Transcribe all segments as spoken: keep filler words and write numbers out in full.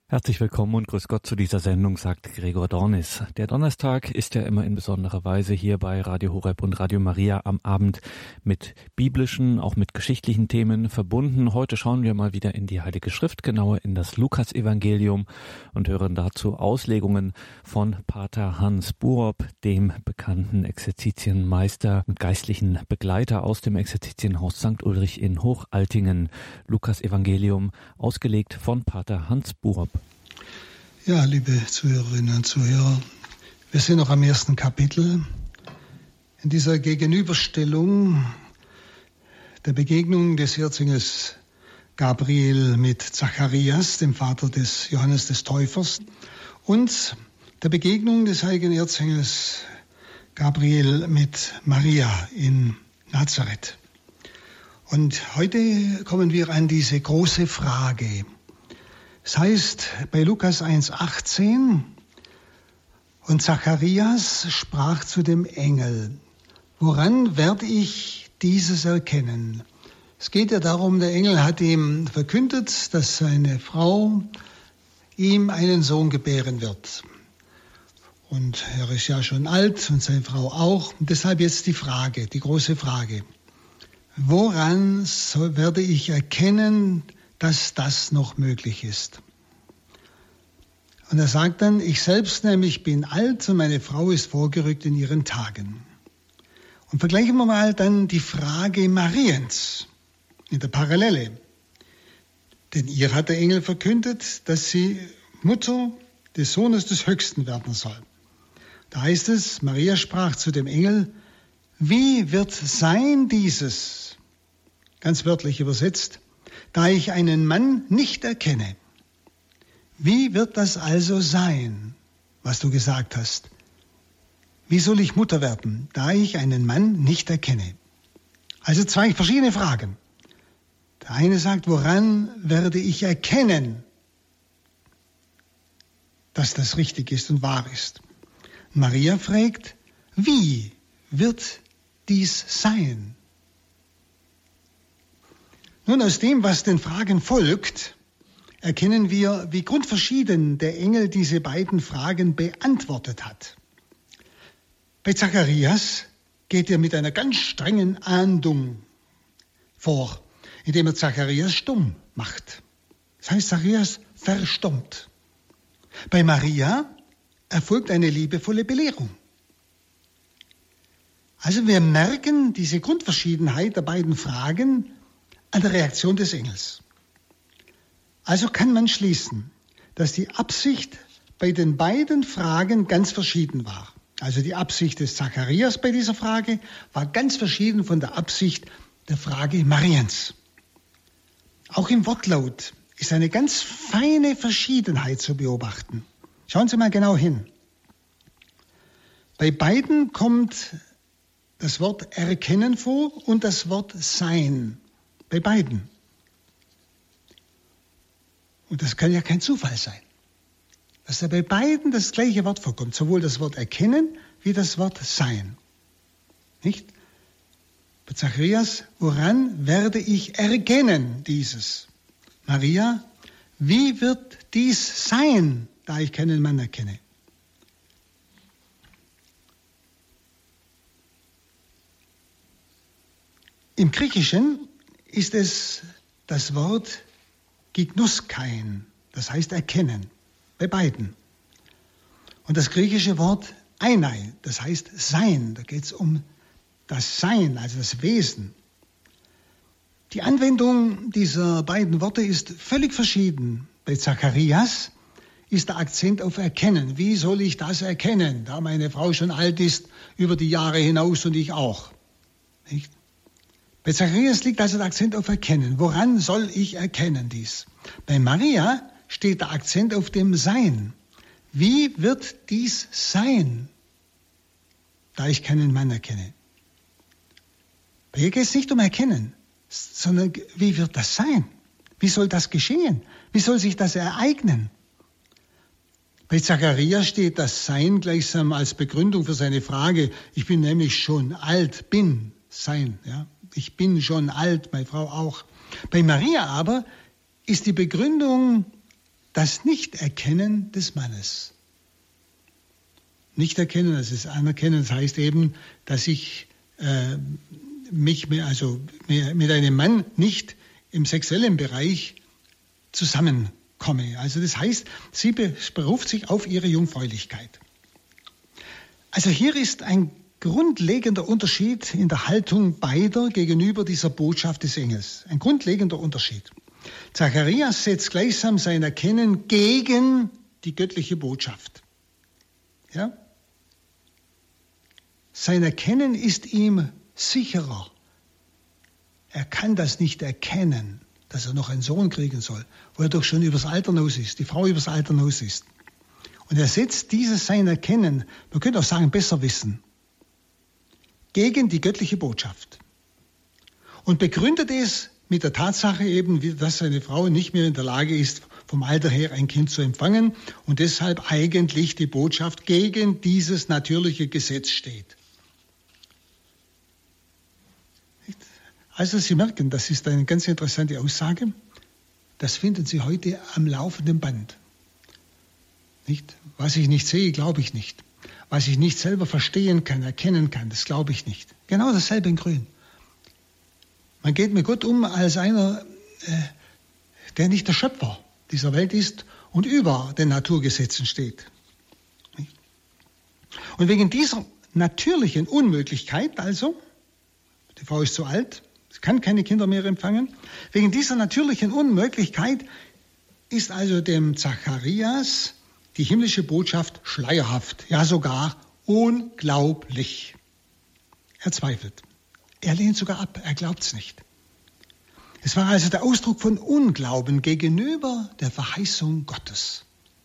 Herzlich willkommen und grüß Gott zu dieser Sendung, sagt Gregor Dornis. Der Donnerstag ist ja immer in besonderer Weise hier bei Radio Horeb und Radio Maria am Abend mit biblischen, auch mit geschichtlichen Themen verbunden. Heute schauen wir mal wieder in die Heilige Schrift, genauer in das Lukas-Evangelium und hören dazu Auslegungen von Pater Hans Buob, dem bekannten Exerzitienmeister und geistlichen Begleiter aus dem Exerzitienhaus Sankt Ulrich in Hochaltingen. Lukas-Evangelium, ausgelegt von Pater Hans Buob. Ja, liebe Zuhörerinnen und Zuhörer, wir sind noch am ersten Kapitel. In dieser Gegenüberstellung der Begegnung des Erzengels Gabriel mit Zacharias, dem Vater des Johannes des Täufers, und der Begegnung des heiligen Erzengels Gabriel mit Maria in Nazareth. Und heute kommen wir an diese große Frage. Es heißt bei Lukas eins achtzehn, und Zacharias sprach zu dem Engel: Woran werde ich dieses erkennen? Es geht ja darum, der Engel hat ihm verkündet, dass seine Frau ihm einen Sohn gebären wird. Und er ist ja schon alt und seine Frau auch. Und deshalb jetzt die Frage, die große Frage: Woran soll, werde ich erkennen, dass das noch möglich ist? Und er sagt dann: Ich selbst nämlich bin alt und meine Frau ist vorgerückt in ihren Tagen. Und vergleichen wir mal dann die Frage Mariens in der Parallele. Denn ihr hat der Engel verkündet, dass sie Mutter des Sohnes des Höchsten werden soll. Da heißt es, Maria sprach zu dem Engel: Wie wird sein dieses, ganz wörtlich übersetzt, da ich einen Mann nicht erkenne? Wie wird das also sein, was du gesagt hast? Wie soll ich Mutter werden, da ich einen Mann nicht erkenne? Also zwei verschiedene Fragen. Der eine sagt, woran werde ich erkennen, dass das richtig ist und wahr ist? Maria fragt, wie wird dies sein? Nun, aus dem, was den Fragen folgt, erkennen wir, wie grundverschieden der Engel diese beiden Fragen beantwortet hat. Bei Zacharias geht er mit einer ganz strengen Ahndung vor, indem er Zacharias stumm macht. Das heißt, Zacharias verstummt. Bei Maria erfolgt eine liebevolle Belehrung. Also wir merken diese Grundverschiedenheit der beiden Fragen an der Reaktion des Engels. Also kann man schließen, dass die Absicht bei den beiden Fragen ganz verschieden war. Also die Absicht des Zacharias bei dieser Frage war ganz verschieden von der Absicht der Frage Mariens. Auch im Wortlaut ist eine ganz feine Verschiedenheit zu beobachten. Schauen Sie mal genau hin. Bei beiden kommt das Wort erkennen vor und das Wort sein. Bei beiden. Und das kann ja kein Zufall sein, dass da bei beiden das gleiche Wort vorkommt, sowohl das Wort erkennen wie das Wort sein. Nicht? Bei Zacharias, woran werde ich erkennen dieses? Maria, wie wird dies sein, da ich keinen Mann erkenne? Im Griechischen ist es das Wort Gignoskein, das heißt erkennen, bei beiden. Und das griechische Wort einai, das heißt sein, da geht es um das Sein, also das Wesen. Die Anwendung dieser beiden Worte ist völlig verschieden. Bei Zacharias ist der Akzent auf Erkennen. Wie soll ich das erkennen, da meine Frau schon alt ist, über die Jahre hinaus und ich auch? Nicht? Bei Zacharias liegt also der Akzent auf Erkennen. Woran soll ich erkennen dies? Bei Maria steht der Akzent auf dem Sein. Wie wird dies sein, da ich keinen Mann erkenne? Bei ihr geht es nicht um Erkennen, sondern wie wird das sein? Wie soll das geschehen? Wie soll sich das ereignen? Bei Zacharias steht das Sein gleichsam als Begründung für seine Frage. Ich bin nämlich schon alt, bin, Sein, ja. Ich bin schon alt, meine Frau auch. Bei Maria aber ist die Begründung das Nichterkennen des Mannes. Nichterkennen, das ist anerkennen, das heißt eben, dass ich äh, mich mehr, also mehr, mit einem Mann nicht im sexuellen Bereich zusammenkomme. Also das heißt, sie beruft sich auf ihre Jungfräulichkeit. Also hier ist ein grundlegender Unterschied in der Haltung beider gegenüber dieser Botschaft des Engels. Ein grundlegender Unterschied. Zacharias setzt gleichsam sein Erkennen gegen die göttliche Botschaft. Ja? Sein Erkennen ist ihm sicherer. Er kann das nicht erkennen, dass er noch einen Sohn kriegen soll, wo er doch schon übers Alter hinaus ist, die Frau übers Alter hinaus ist. Und er setzt dieses sein Erkennen, man könnte auch sagen, besser wissen, gegen die göttliche Botschaft. Und begründet es mit der Tatsache eben, dass seine Frau nicht mehr in der Lage ist, vom Alter her ein Kind zu empfangen und deshalb eigentlich die Botschaft gegen dieses natürliche Gesetz steht. Also Sie merken, das ist eine ganz interessante Aussage. Das finden Sie heute am laufenden Band. Nicht? Was ich nicht sehe, glaube ich nicht. Was ich nicht selber verstehen kann, erkennen kann, das glaube ich nicht. Genau dasselbe in Grün. Man geht mit Gott um als einer, äh, der nicht der Schöpfer dieser Welt ist und über den Naturgesetzen steht. Und wegen dieser natürlichen Unmöglichkeit, also, die Frau ist zu alt, sie kann keine Kinder mehr empfangen, wegen dieser natürlichen Unmöglichkeit ist also dem Zacharias die himmlische Botschaft schleierhaft, ja sogar unglaublich. Er zweifelt. Er lehnt sogar ab, er glaubt es nicht. Es war also der Ausdruck von Unglauben gegenüber der Verheißung Gottes.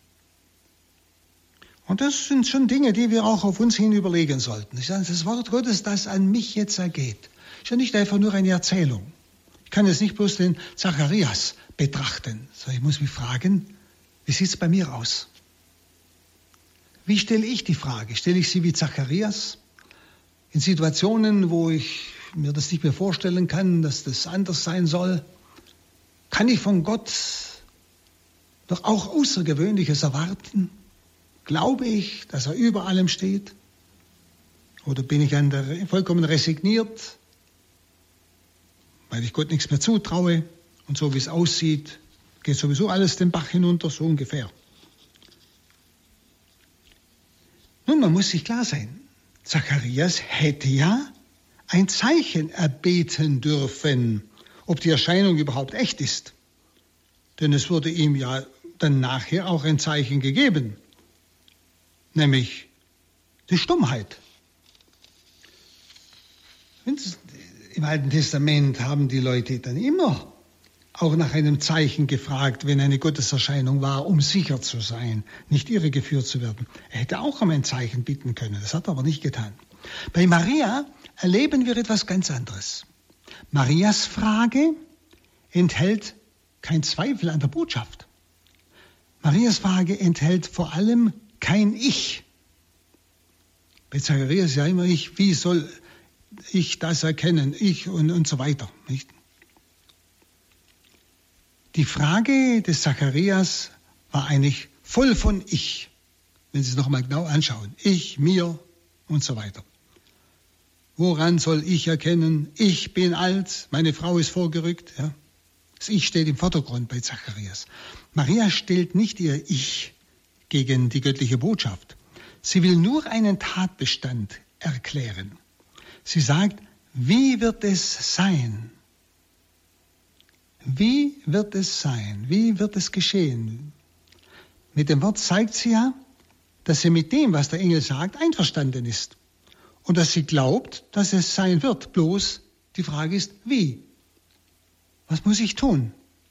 Und das sind schon Dinge, die wir auch auf uns hin überlegen sollten. Ich sage, das Wort Gottes, das an mich jetzt ergeht, ist ja nicht einfach nur eine Erzählung. Ich kann jetzt nicht bloß den Zacharias betrachten, sondern ich muss mich fragen, wie sieht es bei mir aus? Wie stelle ich die Frage? Stelle ich sie wie Zacharias? In Situationen, wo ich mir das nicht mehr vorstellen kann, dass das anders sein soll? Kann ich von Gott doch auch Außergewöhnliches erwarten? Glaube ich, dass er über allem steht? Oder bin ich an der, vollkommen resigniert, weil ich Gott nichts mehr zutraue und so wie es aussieht, geht sowieso alles den Bach hinunter, so ungefähr. Nun, man muss sich klar sein, Zacharias hätte ja ein Zeichen erbeten dürfen, ob die Erscheinung überhaupt echt ist. Denn es wurde ihm ja dann nachher auch ein Zeichen gegeben, nämlich die Stummheit. Im Alten Testament haben die Leute dann immer auch nach einem Zeichen gefragt, wenn eine Gotteserscheinung war, um sicher zu sein, nicht irregeführt zu werden. Er hätte auch um ein Zeichen bitten können, das hat er aber nicht getan. Bei Maria erleben wir etwas ganz anderes. Marias Frage enthält kein Zweifel an der Botschaft. Marias Frage enthält vor allem kein Ich. Bei Zacharias ja immer ich, wie soll ich das erkennen, ich und, und so weiter, nicht? Die Frage des Zacharias war eigentlich voll von Ich, wenn Sie es noch mal genau anschauen. Ich, mir und so weiter. Woran soll ich erkennen? Ich bin alt, meine Frau ist vorgerückt. Ja? Das Ich steht im Vordergrund bei Zacharias. Maria stellt nicht ihr Ich gegen die göttliche Botschaft. Sie will nur einen Tatbestand erklären. Sie sagt, wie wird es sein? Wie wird es sein? Wie wird es geschehen? Mit dem Wort zeigt sie ja, dass sie mit dem, was der Engel sagt, einverstanden ist. Und dass sie glaubt, dass es sein wird. Bloß die Frage ist, wie? Was muss ich tun?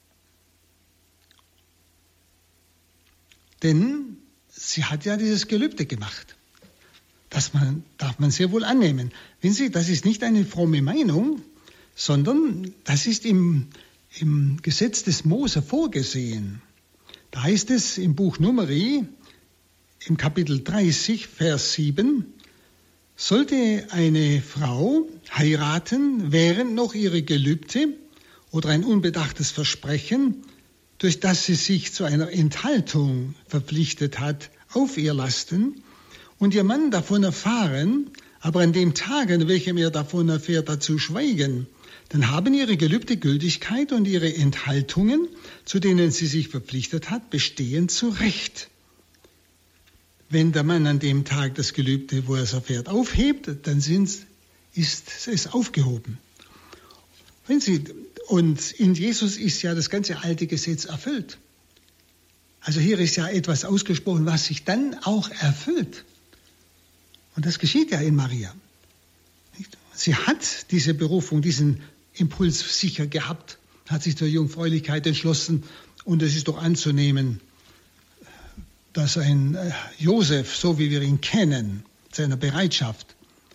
Denn sie hat ja dieses Gelübde gemacht. Das man, darf man sehr wohl annehmen. Wenn Sie, das ist nicht eine fromme Meinung, sondern das ist im, im Gesetz des Mose vorgesehen. Da heißt es im Buch Numeri, im Kapitel dreißig, Vers sieben, sollte eine Frau heiraten, während noch ihre Gelübde oder ein unbedachtes Versprechen durch das sie sich zu einer Enthaltung verpflichtet hat, auf ihr lasten und ihr Mann davon erfahren, aber an dem Tag, an welchem er davon erfährt, dazu schweigen, dann haben ihre Gelübde Gültigkeit und ihre Enthaltungen, zu denen sie sich verpflichtet hat, bestehen zu Recht. Wenn der Mann an dem Tag das Gelübde, wo er es erfährt, aufhebt, dann sind, ist es aufgehoben. Wenn Sie, und in Jesus ist ja das ganze alte Gesetz erfüllt. Also hier ist ja etwas ausgesprochen, was sich dann auch erfüllt. Und das geschieht ja in Maria. Sie hat diese Berufung, diesen Impuls sicher gehabt, hat sich zur Jungfräulichkeit entschlossen und es ist doch anzunehmen, dass ein Josef, so wie wir ihn kennen, seiner Bereitschaft,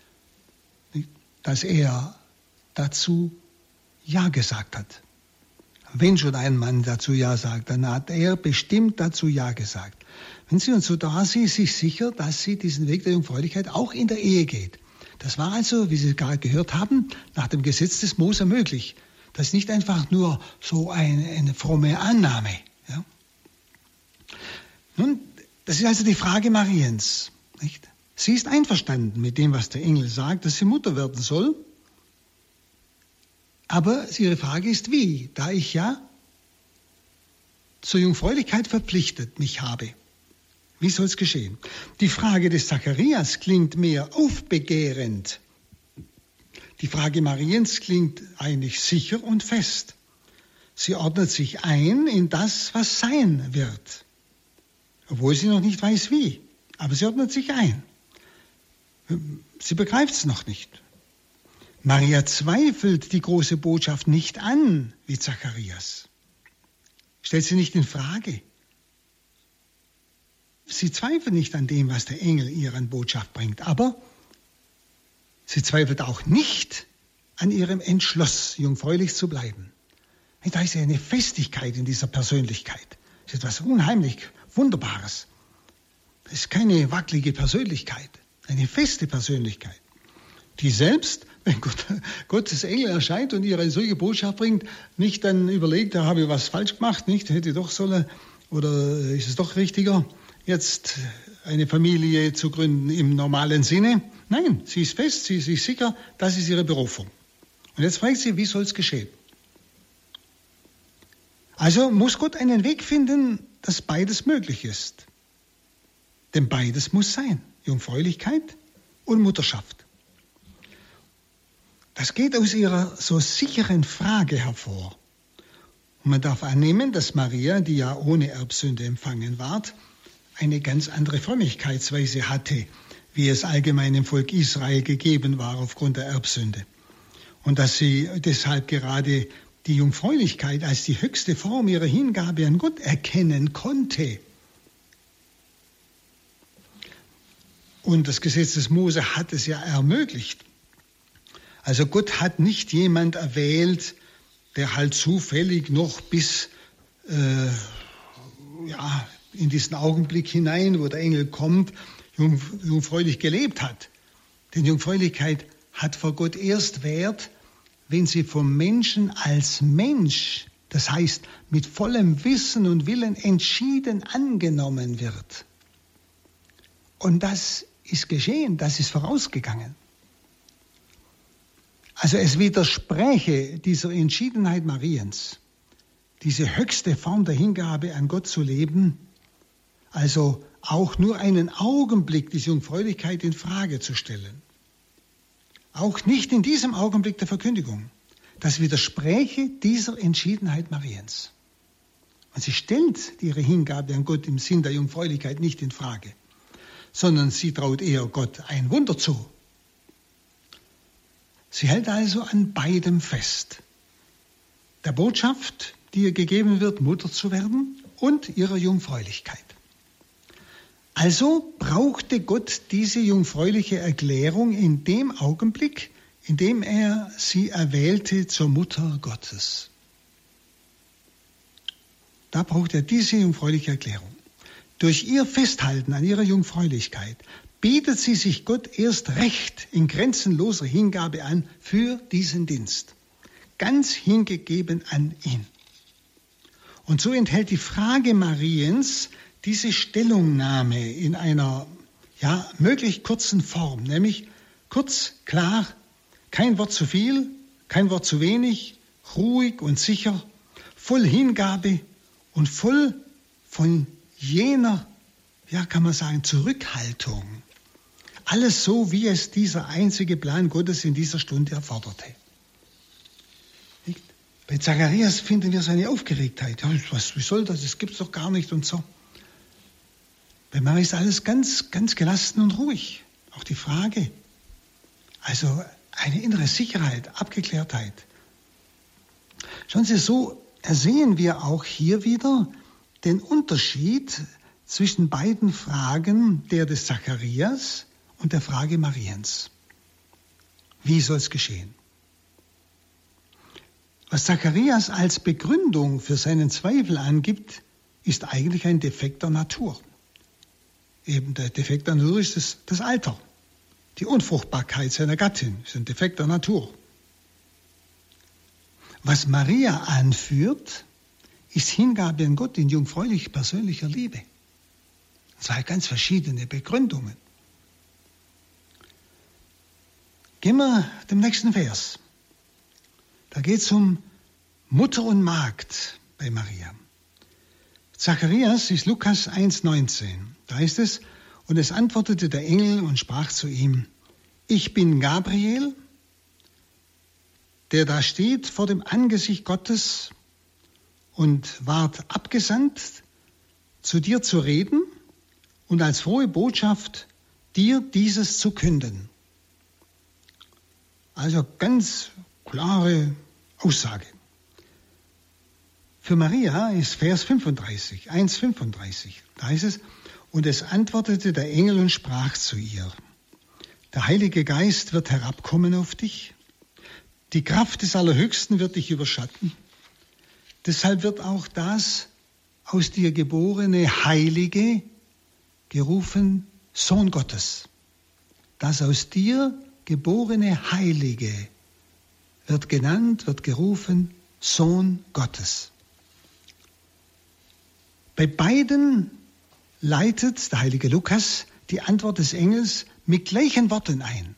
dass er dazu Ja gesagt hat. Wenn schon ein Mann dazu Ja sagt, dann hat er bestimmt dazu Ja gesagt. Wenn sie und so da war sie sich sicher, dass sie diesen Weg der Jungfräulichkeit auch in der Ehe geht. Das war also, wie Sie gerade gehört haben, nach dem Gesetz des Mose möglich. Das ist nicht einfach nur so eine, eine fromme Annahme. Ja? Nun, das ist also die Frage Mariens. Nicht? Sie ist einverstanden mit dem, was der Engel sagt, dass sie Mutter werden soll. Aber ihre Frage ist, wie? Da ich ja zur Jungfräulichkeit verpflichtet mich habe. Wie soll es geschehen? Die Frage des Zacharias klingt mehr aufbegehrend. Die Frage Mariens klingt eigentlich sicher und fest. Sie ordnet sich ein in das, was sein wird. Obwohl sie noch nicht weiß, wie. Aber sie ordnet sich ein. Sie begreift es noch nicht. Maria zweifelt die große Botschaft nicht an, wie Zacharias. Stellt sie nicht in Frage. Sie zweifelt nicht an dem, was der Engel ihr an Botschaft bringt, aber sie zweifelt auch nicht an ihrem Entschluss, jungfräulich zu bleiben. Da ist ja eine Festigkeit in dieser Persönlichkeit. Das ist etwas unheimlich Wunderbares. Das ist keine wackelige Persönlichkeit, eine feste Persönlichkeit, die selbst, wenn Gott, Gottes Engel erscheint und ihr eine solche Botschaft bringt, nicht dann überlegt, da habe ich was falsch gemacht, nicht, hätte doch sollen, oder ist es doch richtiger, jetzt eine Familie zu gründen im normalen Sinne. Nein, sie ist fest, sie ist sich sicher, das ist ihre Berufung. Und jetzt fragt sie, wie soll es geschehen? Also muss Gott einen Weg finden, dass beides möglich ist. Denn beides muss sein, Jungfräulichkeit und Mutterschaft. Das geht aus ihrer so sicheren Frage hervor. Und man darf annehmen, dass Maria, die ja ohne Erbsünde empfangen ward, eine ganz andere Frömmigkeitsweise hatte, wie es allgemein im Volk Israel gegeben war aufgrund der Erbsünde. Und dass sie deshalb gerade die Jungfräulichkeit als die höchste Form ihrer Hingabe an Gott erkennen konnte. Und das Gesetz des Mose hat es ja ermöglicht. Also Gott hat nicht jemand erwählt, der halt zufällig noch bis äh, ja, in diesen Augenblick hinein, wo der Engel kommt, jung, jungfräulich gelebt hat. Denn Jungfräulichkeit hat vor Gott erst Wert, wenn sie vom Menschen als Mensch, das heißt mit vollem Wissen und Willen entschieden angenommen wird. Und das ist geschehen, das ist vorausgegangen. Also es widerspräche dieser Entschiedenheit Mariens, diese höchste Form der Hingabe an Gott zu leben, also auch nur einen Augenblick diese Jungfräulichkeit in Frage zu stellen. Auch nicht in diesem Augenblick der Verkündigung. Das widerspräche dieser Entschiedenheit Mariens. Und sie stellt ihre Hingabe an Gott im Sinn der Jungfräulichkeit nicht in Frage, sondern sie traut eher Gott ein Wunder zu. Sie hält also an beidem fest. Der Botschaft, die ihr gegeben wird, Mutter zu werden, und ihrer Jungfräulichkeit. Also brauchte Gott diese jungfräuliche Erklärung in dem Augenblick, in dem er sie erwählte zur Mutter Gottes. Da braucht er diese jungfräuliche Erklärung. Durch ihr Festhalten an ihrer Jungfräulichkeit bietet sie sich Gott erst recht in grenzenloser Hingabe an für diesen Dienst. Ganz hingegeben an ihn. Und so enthält die Frage Mariens diese Stellungnahme in einer ja, möglichst kurzen Form, nämlich kurz, klar, kein Wort zu viel, kein Wort zu wenig, ruhig und sicher, voll Hingabe und voll von jener, ja, kann man sagen, Zurückhaltung. Alles so, wie es dieser einzige Plan Gottes in dieser Stunde erforderte. Nicht? Bei Zacharias finden wir seine Aufgeregtheit. Ja, was, wie soll das? Das gibt's doch gar nicht und so. Bei Maria ist alles ganz, ganz gelassen und ruhig. Auch die Frage. Also eine innere Sicherheit, Abgeklärtheit. Schauen Sie, so sehen wir auch hier wieder den Unterschied zwischen beiden Fragen, der des Zacharias und der Frage Mariens. Wie soll es geschehen? Was Zacharias als Begründung für seinen Zweifel angibt, ist eigentlich ein Defekt der Natur. Eben der Defekt der Natur ist das, das Alter. Die Unfruchtbarkeit seiner Gattin ist ein Defekt der Natur. Was Maria anführt, ist Hingabe an Gott in jungfräulich persönlicher Liebe. Zwei ganz verschiedene Begründungen. Gehen wir dem nächsten Vers. Da geht es um Mutter und Magd bei Maria. Zacharias ist Lukas eins neunzehn. Da heißt es, und es antwortete der Engel und sprach zu ihm, ich bin Gabriel, der da steht vor dem Angesicht Gottes und ward abgesandt, zu dir zu reden und als frohe Botschaft dir dieses zu künden. Also ganz klare Aussage. Für Maria ist Vers fünfunddreißig, eins fünfunddreißig. Da heißt es, und es antwortete der Engel und sprach zu ihr, der Heilige Geist wird herabkommen auf dich, die Kraft des Allerhöchsten wird dich überschatten. Deshalb wird auch das aus dir geborene Heilige gerufen Sohn Gottes. Das aus dir geborene Heilige wird genannt, wird gerufen Sohn Gottes. Bei beiden leitet der heilige Lukas die Antwort des Engels mit gleichen Worten ein.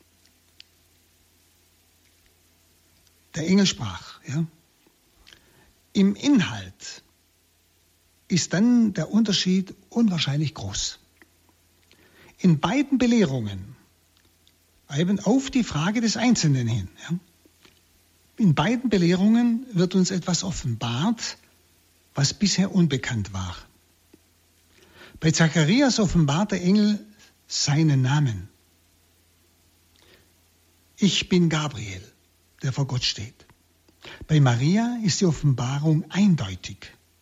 Der Engel sprach, ja. Im Inhalt ist dann der Unterschied unwahrscheinlich groß. In beiden Belehrungen, eben auf die Frage des Einzelnen hin, ja, in beiden Belehrungen wird uns etwas offenbart, was bisher unbekannt war. Bei Zacharias offenbart der Engel seinen Namen. Ich bin Gabriel, der vor Gott steht. Bei Maria ist die Offenbarung eindeutig.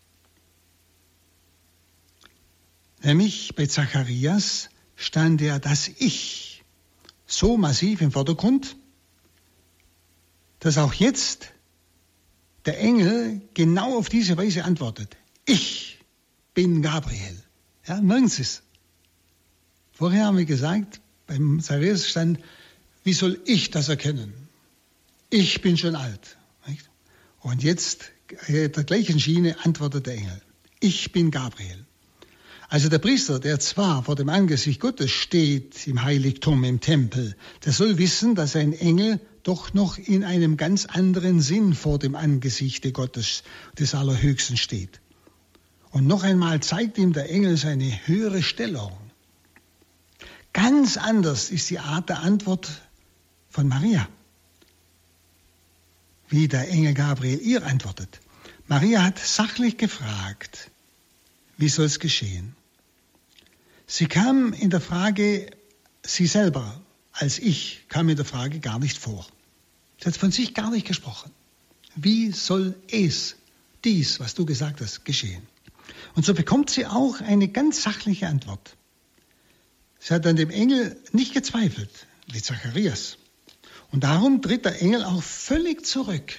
Nämlich bei Zacharias stand ja das Ich so massiv im Vordergrund, dass auch jetzt der Engel genau auf diese Weise antwortet. Ich bin Gabriel. Ja, merken Sie es. Vorher haben wir gesagt, beim Zacharias stand, wie soll ich das erkennen? Ich bin schon alt. Nicht? Und jetzt, äh, der gleichen Schiene, antwortet der Engel. Ich bin Gabriel. Also der Priester, der zwar vor dem Angesicht Gottes steht, im Heiligtum, im Tempel, der soll wissen, dass ein Engel doch noch in einem ganz anderen Sinn vor dem Angesichte Gottes, des Allerhöchsten steht. Und noch einmal zeigt ihm der Engel seine höhere Stellung. Ganz anders ist die Art der Antwort von Maria, wie der Engel Gabriel ihr antwortet. Maria hat sachlich gefragt, wie soll es geschehen? Sie kam in der Frage, sie selber als Ich, kam in der Frage gar nicht vor. Sie hat von sich gar nicht gesprochen. Wie soll es, dies, was du gesagt hast, geschehen? Und so bekommt sie auch eine ganz sachliche Antwort. Sie hat an dem Engel nicht gezweifelt, wie Zacharias. Und darum tritt der Engel auch völlig zurück.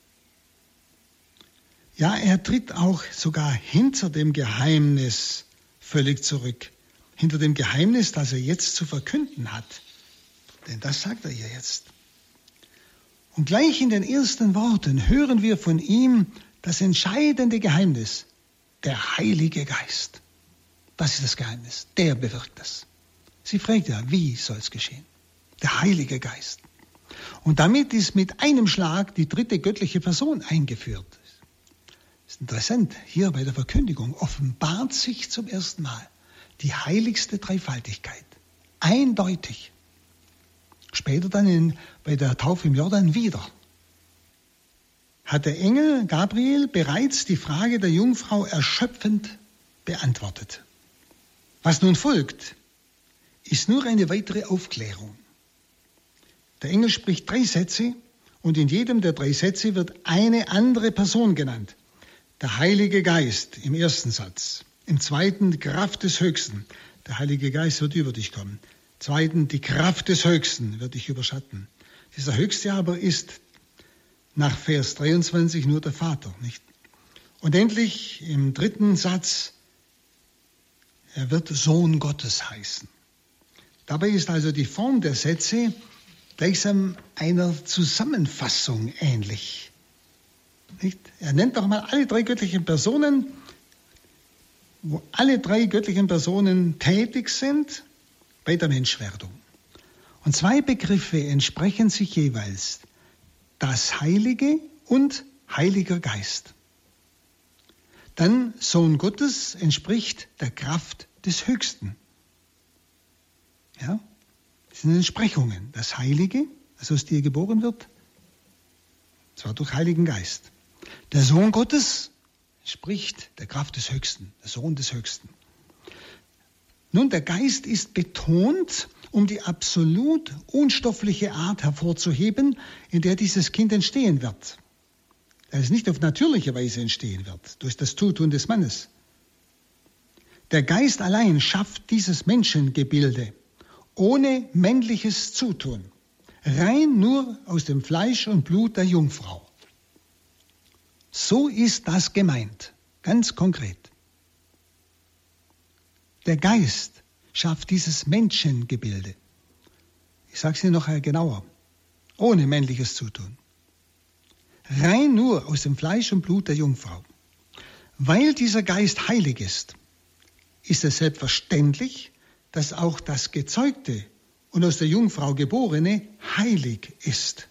Ja, er tritt auch sogar hinter dem Geheimnis völlig zurück. Hinter dem Geheimnis, das er jetzt zu verkünden hat. Denn das sagt er ihr jetzt. Und gleich in den ersten Worten hören wir von ihm Das entscheidende Geheimnis, der Heilige Geist. Das ist das Geheimnis. Der bewirkt das. Sie fragt ja, wie soll es geschehen? Der Heilige Geist. Und damit ist mit einem Schlag die dritte göttliche Person eingeführt. Das ist interessant. Hier bei der Verkündigung offenbart sich zum ersten Mal die heiligste Dreifaltigkeit. Eindeutig. Später dann in, bei der Taufe im Jordan wieder. Hat der Engel Gabriel bereits die Frage der Jungfrau erschöpfend beantwortet. Was nun folgt, ist nur eine weitere Aufklärung. Der Engel spricht drei Sätze und in jedem der drei Sätze wird eine andere Person genannt. Der Heilige Geist im ersten Satz, im zweiten die Kraft des Höchsten. Der Heilige Geist wird über dich kommen. Zweitens, die Kraft des Höchsten wird dich überschatten. Dieser Höchste aber ist nach Vers dreiundzwanzig nur der Vater, nicht? Und endlich im dritten Satz, er wird Sohn Gottes heißen. Dabei ist also die Form der Sätze gleichsam einer Zusammenfassung ähnlich. Nicht? Er nennt doch mal alle drei göttlichen Personen, wo alle drei göttlichen Personen tätig sind bei der Menschwerdung. Und zwei Begriffe entsprechen sich jeweils: das Heilige und Heiliger Geist. Dann Sohn Gottes entspricht der Kraft des Höchsten. Ja, das sind Entsprechungen. Das Heilige, das aus dir geboren wird, zwar durch Heiligen Geist. Der Sohn Gottes entspricht der Kraft des Höchsten, der Sohn des Höchsten. Nun, der Geist ist betont, um die absolut unstoffliche Art hervorzuheben, in der dieses Kind entstehen wird. Dass es nicht auf natürliche Weise entstehen wird, durch das Zutun des Mannes. Der Geist allein schafft dieses Menschengebilde, ohne männliches Zutun, rein nur aus dem Fleisch und Blut der Jungfrau. So ist das gemeint, ganz konkret. Der Geist schafft dieses Menschengebilde. Ich sage es Ihnen noch genauer, ohne männliches Zutun. Rein nur aus dem Fleisch und Blut der Jungfrau. Weil dieser Geist heilig ist, ist es selbstverständlich, dass auch das Gezeugte und aus der Jungfrau Geborene heilig ist.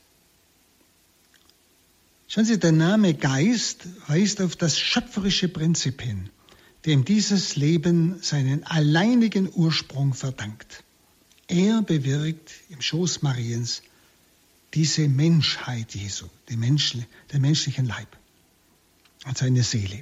Schauen Sie, der Name Geist weist auf das schöpferische Prinzip hin, dem dieses Leben seinen alleinigen Ursprung verdankt. Er bewirkt im Schoß Mariens diese Menschheit Jesu, den, Mensch, den menschlichen Leib und seine Seele.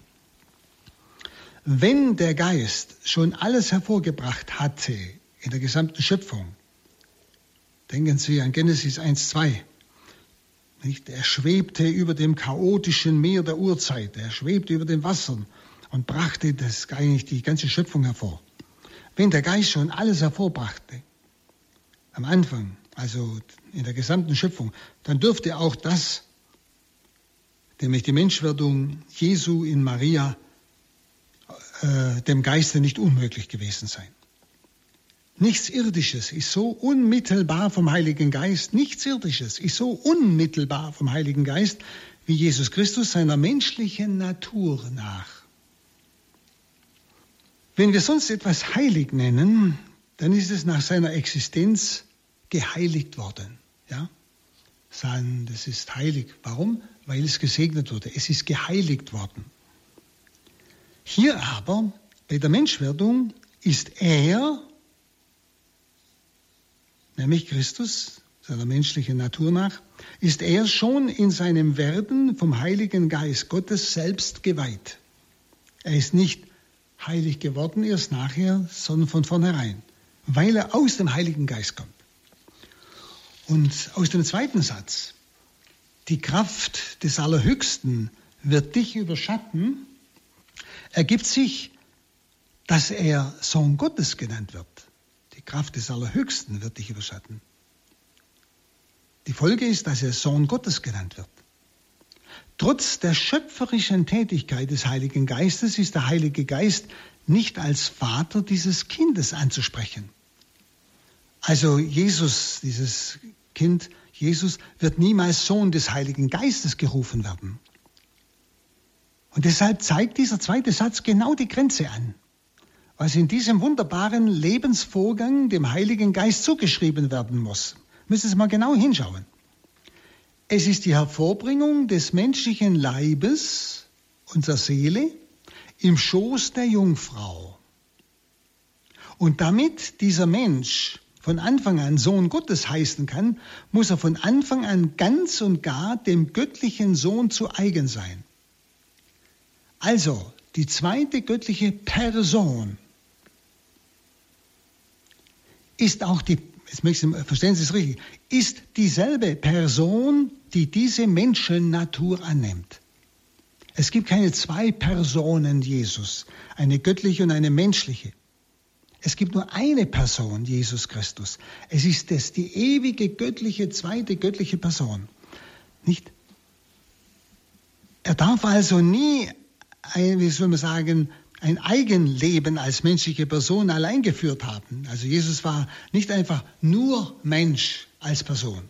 Wenn der Geist schon alles hervorgebracht hatte in der gesamten Schöpfung, denken Sie an Genesis eins, zwei, nicht? Er schwebte über dem chaotischen Meer der Urzeit, er schwebte über den Wassern und brachte das eigentlich die ganze Schöpfung hervor. Wenn der Geist schon alles hervorbrachte, am Anfang, also in der gesamten Schöpfung, dann dürfte auch das, nämlich die Menschwerdung Jesu in Maria, äh, dem Geiste nicht unmöglich gewesen sein. Nichts Irdisches ist so unmittelbar vom Heiligen Geist, nichts Irdisches ist so unmittelbar vom Heiligen Geist, wie Jesus Christus seiner menschlichen Natur nach. Wenn wir sonst etwas heilig nennen, dann ist es nach seiner Existenz geheiligt worden. Ja? Sagen, das ist heilig. Warum? Weil es gesegnet wurde. Es ist geheiligt worden. Hier aber, bei der Menschwerdung, ist er, nämlich Christus, seiner menschlichen Natur nach, ist er schon in seinem Werden vom Heiligen Geist Gottes selbst geweiht. Er ist nicht heilig geworden erst nachher, sondern von vornherein, weil er aus dem Heiligen Geist kommt. Und aus dem zweiten Satz, die Kraft des Allerhöchsten wird dich überschatten, ergibt sich, dass er Sohn Gottes genannt wird. Die Kraft des Allerhöchsten wird dich überschatten. Die Folge ist, dass er Sohn Gottes genannt wird. Trotz der schöpferischen Tätigkeit des Heiligen Geistes ist der Heilige Geist nicht als Vater dieses Kindes anzusprechen. Also Jesus, dieses Kind, Jesus, wird niemals Sohn des Heiligen Geistes gerufen werden. Und deshalb zeigt dieser zweite Satz genau die Grenze an, was in diesem wunderbaren Lebensvorgang dem Heiligen Geist zugeschrieben werden muss. Müssen Sie mal genau hinschauen. Es ist die Hervorbringung des menschlichen Leibes, unserer Seele, im Schoß der Jungfrau. Und damit dieser Mensch von Anfang an Sohn Gottes heißen kann, muss er von Anfang an ganz und gar dem göttlichen Sohn zu eigen sein. Also, die zweite göttliche Person ist auch die, jetzt möchte ich, verstehen Sie es richtig, ist dieselbe Person, die diese Menschennatur annimmt. Es gibt keine zwei Personen Jesus, eine göttliche und eine menschliche. Es gibt nur eine Person, Jesus Christus. Es ist das, die ewige, göttliche, zweite göttliche Person. Nicht? Er darf also nie, ein, wie soll man sagen, ein Eigenleben als menschliche Person allein geführt haben. Also Jesus war nicht einfach nur Mensch als Person.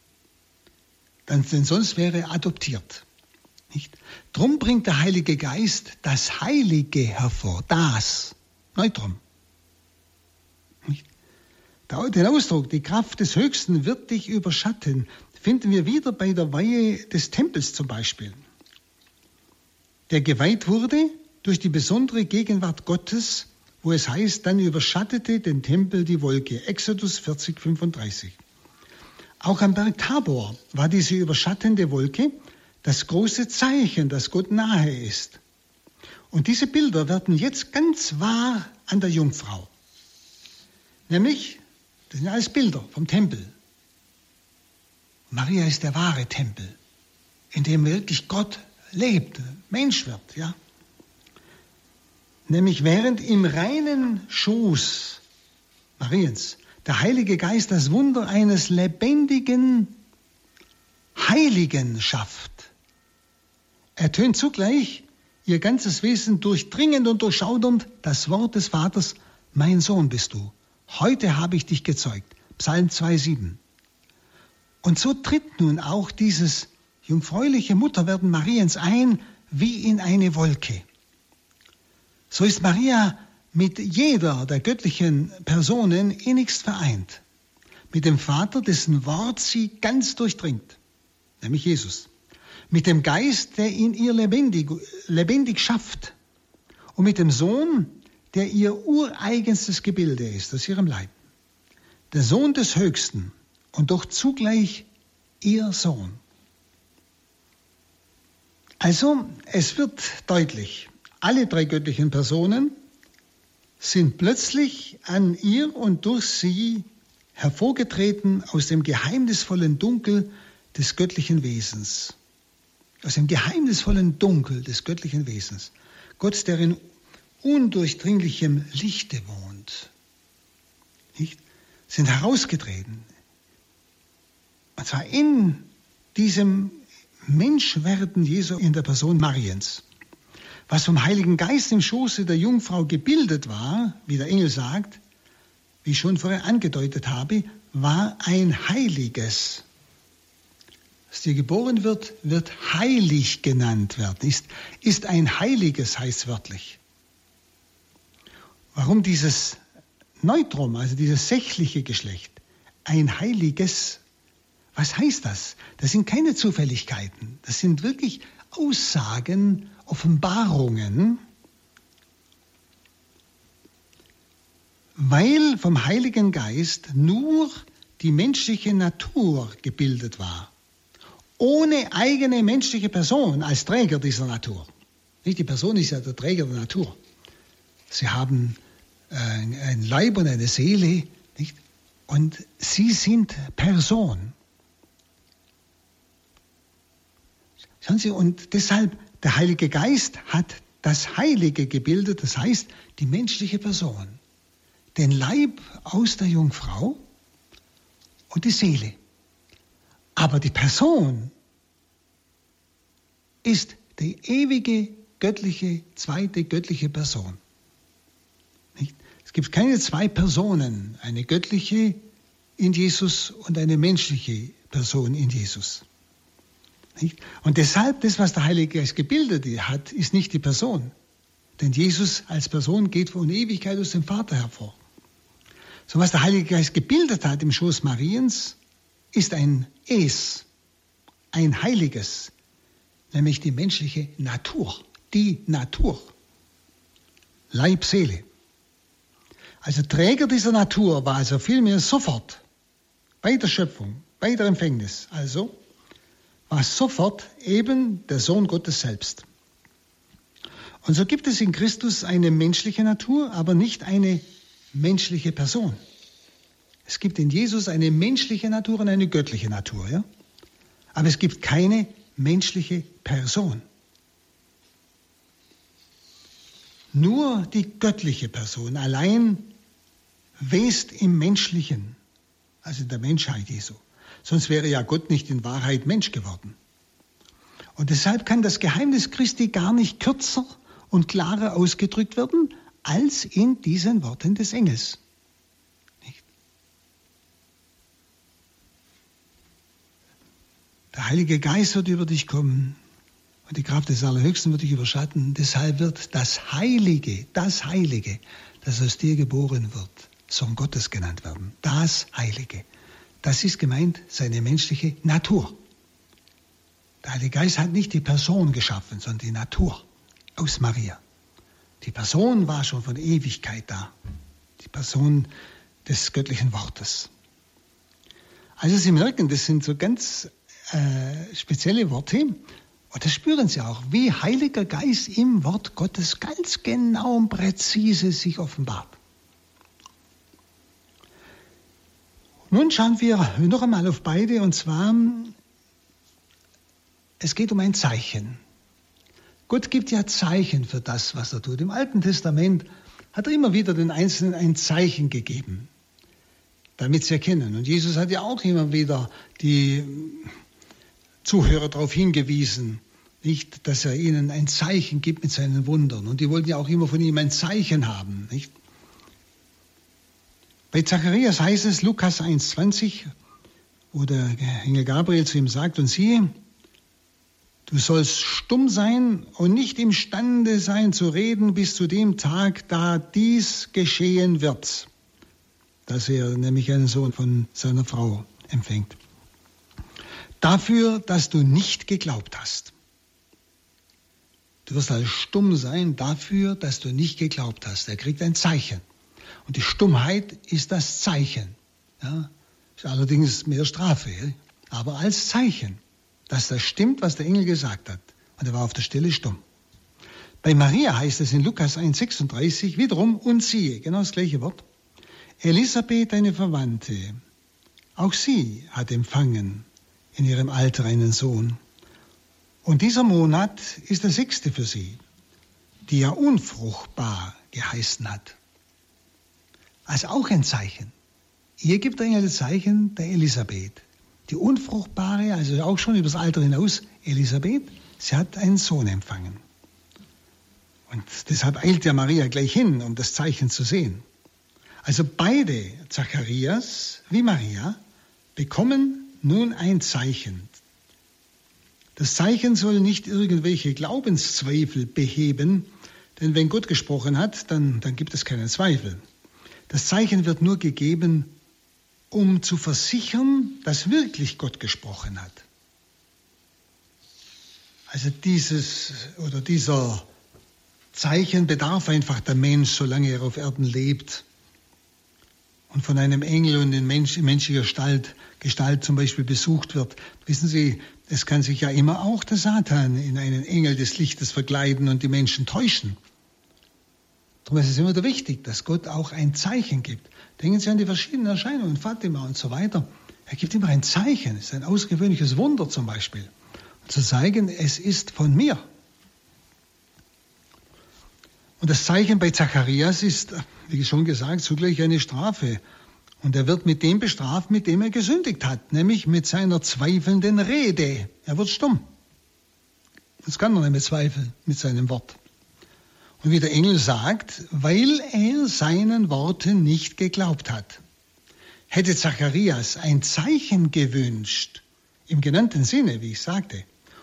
Denn sonst wäre er adoptiert. Nicht? Drum bringt der Heilige Geist das Heilige hervor. Das. Neutrum. Nicht? Den Ausdruck, die Kraft des Höchsten wird dich überschatten, finden wir wieder bei der Weihe des Tempels zum Beispiel, der geweiht wurde durch die besondere Gegenwart Gottes, wo es heißt, dann überschattete den Tempel die Wolke. Exodus vierzig, fünfunddreißig. Auch am Berg Tabor war diese überschattende Wolke das große Zeichen, dass Gott nahe ist. Und diese Bilder werden jetzt ganz wahr an der Jungfrau. Nämlich, das sind alles Bilder vom Tempel. Maria ist der wahre Tempel, in dem wirklich Gott lebt, Mensch wird, ja. Nämlich während im reinen Schoß Mariens der Heilige Geist das Wunder eines lebendigen Heiligen schafft, ertönt zugleich ihr ganzes Wesen durchdringend und durchschaudernd das Wort des Vaters: Mein Sohn bist du, heute habe ich dich gezeugt. Psalm zwei, sieben. Und so tritt nun auch dieses jungfräuliche Mutterwerden Mariens ein wie in eine Wolke. So ist Maria mit jeder der göttlichen Personen innigst vereint. Mit dem Vater, dessen Wort sie ganz durchdringt, nämlich Jesus. Mit dem Geist, der in ihr lebendig, lebendig schafft. Und mit dem Sohn, der ihr ureigenstes Gebilde ist, aus ihrem Leib. Der Sohn des Höchsten und doch zugleich ihr Sohn. Also, es wird deutlich, alle drei göttlichen Personen sind plötzlich an ihr und durch sie hervorgetreten aus dem geheimnisvollen Dunkel des göttlichen Wesens. Aus dem geheimnisvollen Dunkel des göttlichen Wesens. Gott, der in undurchdringlichem Lichte wohnt, nicht? Sind herausgetreten. Und zwar in diesem Menschwerden Jesu in der Person Mariens. Was vom Heiligen Geist im Schoße der Jungfrau gebildet war, wie der Engel sagt, wie ich schon vorher angedeutet habe, war ein Heiliges. Was dir geboren wird, wird heilig genannt werden. Ist, ist ein Heiliges, heißt wörtlich. Warum dieses Neutrum, also dieses sächliche Geschlecht, ein Heiliges? Was heißt das? Das sind keine Zufälligkeiten. Das sind wirklich Aussagen, Offenbarungen, weil vom Heiligen Geist nur die menschliche Natur gebildet war. Ohne eigene menschliche Person als Träger dieser Natur. Nicht, die Person ist ja der Träger der Natur. Sie haben äh, ein Leib und eine Seele, nicht? Und sie sind Person. Schauen Sie, und deshalb, der Heilige Geist hat das Heilige gebildet, das heißt, die menschliche Person. Den Leib aus der Jungfrau und die Seele. Aber die Person ist die ewige, göttliche, zweite göttliche Person. Nicht? Es gibt keine zwei Personen, eine göttliche in Jesus und eine menschliche Person in Jesus. Nicht? Und deshalb, das, was der Heilige Geist gebildet hat, ist nicht die Person. Denn Jesus als Person geht von Ewigkeit aus dem Vater hervor. So was der Heilige Geist gebildet hat im Schoß Mariens, ist ein Es, ein Heiliges, nämlich die menschliche Natur, die Natur, Leib, Seele. Also Träger dieser Natur war also vielmehr sofort bei der Schöpfung, bei der Empfängnis, also war sofort eben der Sohn Gottes selbst. Und so gibt es in Christus eine menschliche Natur, aber nicht eine menschliche Person. Es gibt in Jesus eine menschliche Natur und eine göttliche Natur, ja? Aber es gibt keine menschliche Person. Nur die göttliche Person allein west im Menschlichen, also in der Menschheit Jesu. Sonst wäre ja Gott nicht in Wahrheit Mensch geworden. Und deshalb kann das Geheimnis Christi gar nicht kürzer und klarer ausgedrückt werden, als in diesen Worten des Engels. Nicht? Der Heilige Geist wird über dich kommen und die Kraft des Allerhöchsten wird dich überschatten. Deshalb wird das Heilige, das Heilige, das aus dir geboren wird, Sohn Gottes genannt werden. Das Heilige. Das ist gemeint seine menschliche Natur. Der Heilige Geist hat nicht die Person geschaffen, sondern die Natur aus Maria. Die Person war schon von Ewigkeit da. Die Person des göttlichen Wortes. Also Sie merken, das sind so ganz äh, spezielle Worte. Und das spüren Sie auch, wie Heiliger Geist im Wort Gottes ganz genau und präzise sich offenbart. Nun schauen wir noch einmal auf beide, und zwar, es geht um ein Zeichen. Gott gibt ja Zeichen für das, was er tut. Im Alten Testament hat er immer wieder den Einzelnen ein Zeichen gegeben, damit sie erkennen. Und Jesus hat ja auch immer wieder die Zuhörer darauf hingewiesen, nicht, dass er ihnen ein Zeichen gibt mit seinen Wundern. Und die wollten ja auch immer von ihm ein Zeichen haben, nicht? Bei Zacharias heißt es, Lukas eins zwanzig, wo der Engel Gabriel zu ihm sagt, und siehe, du sollst stumm sein und nicht imstande sein zu reden bis zu dem Tag, da dies geschehen wird, dass er nämlich einen Sohn von seiner Frau empfängt. Dafür, dass du nicht geglaubt hast. Du wirst also stumm sein dafür, dass du nicht geglaubt hast. Er kriegt ein Zeichen. Und die Stummheit ist das Zeichen. Ja, ist allerdings mehr Strafe, aber als Zeichen, dass das stimmt, was der Engel gesagt hat. Und er war auf der Stelle stumm. Bei Maria heißt es in Lukas eins sechsunddreißig wiederum, und siehe, genau das gleiche Wort, Elisabeth, deine Verwandte, auch sie hat empfangen in ihrem Alter einen Sohn. Und dieser Monat ist der sechste für sie, die ja unfruchtbar geheißen hat. Also auch ein Zeichen. Ihr gibt der Engel das Zeichen der Elisabeth. Die unfruchtbare, also auch schon über das Alter hinaus, Elisabeth, sie hat einen Sohn empfangen. Und deshalb eilt ja Maria gleich hin, um das Zeichen zu sehen. Also beide, Zacharias wie Maria, bekommen nun ein Zeichen. Das Zeichen soll nicht irgendwelche Glaubenszweifel beheben, denn wenn Gott gesprochen hat, dann, dann gibt es keinen Zweifel. Das Zeichen wird nur gegeben, um zu versichern, dass wirklich Gott gesprochen hat. Also dieses oder dieser Zeichen bedarf einfach der Mensch, solange er auf Erden lebt und von einem Engel und in, Mensch, in menschlicher Gestalt, Gestalt zum Beispiel besucht wird. Wissen Sie, es kann sich ja immer auch der Satan in einen Engel des Lichtes verkleiden und die Menschen täuschen. Darum ist es immer wieder wichtig, dass Gott auch ein Zeichen gibt. Denken Sie an die verschiedenen Erscheinungen, Fatima und so weiter. Er gibt immer ein Zeichen, es ist ein ausgewöhnliches Wunder zum Beispiel. Und zu zeigen, es ist von mir. Und das Zeichen bei Zacharias ist, wie schon gesagt, zugleich eine Strafe. Und er wird mit dem bestraft, mit dem er gesündigt hat, nämlich mit seiner zweifelnden Rede. Er wird stumm. Das kann er nicht mehr zweifeln mit seinem Wort. Und wie der Engel sagt, weil er seinen Worten nicht geglaubt hat. Hätte Zacharias ein Zeichen gewünscht, im genannten Sinne, wie ich sagte,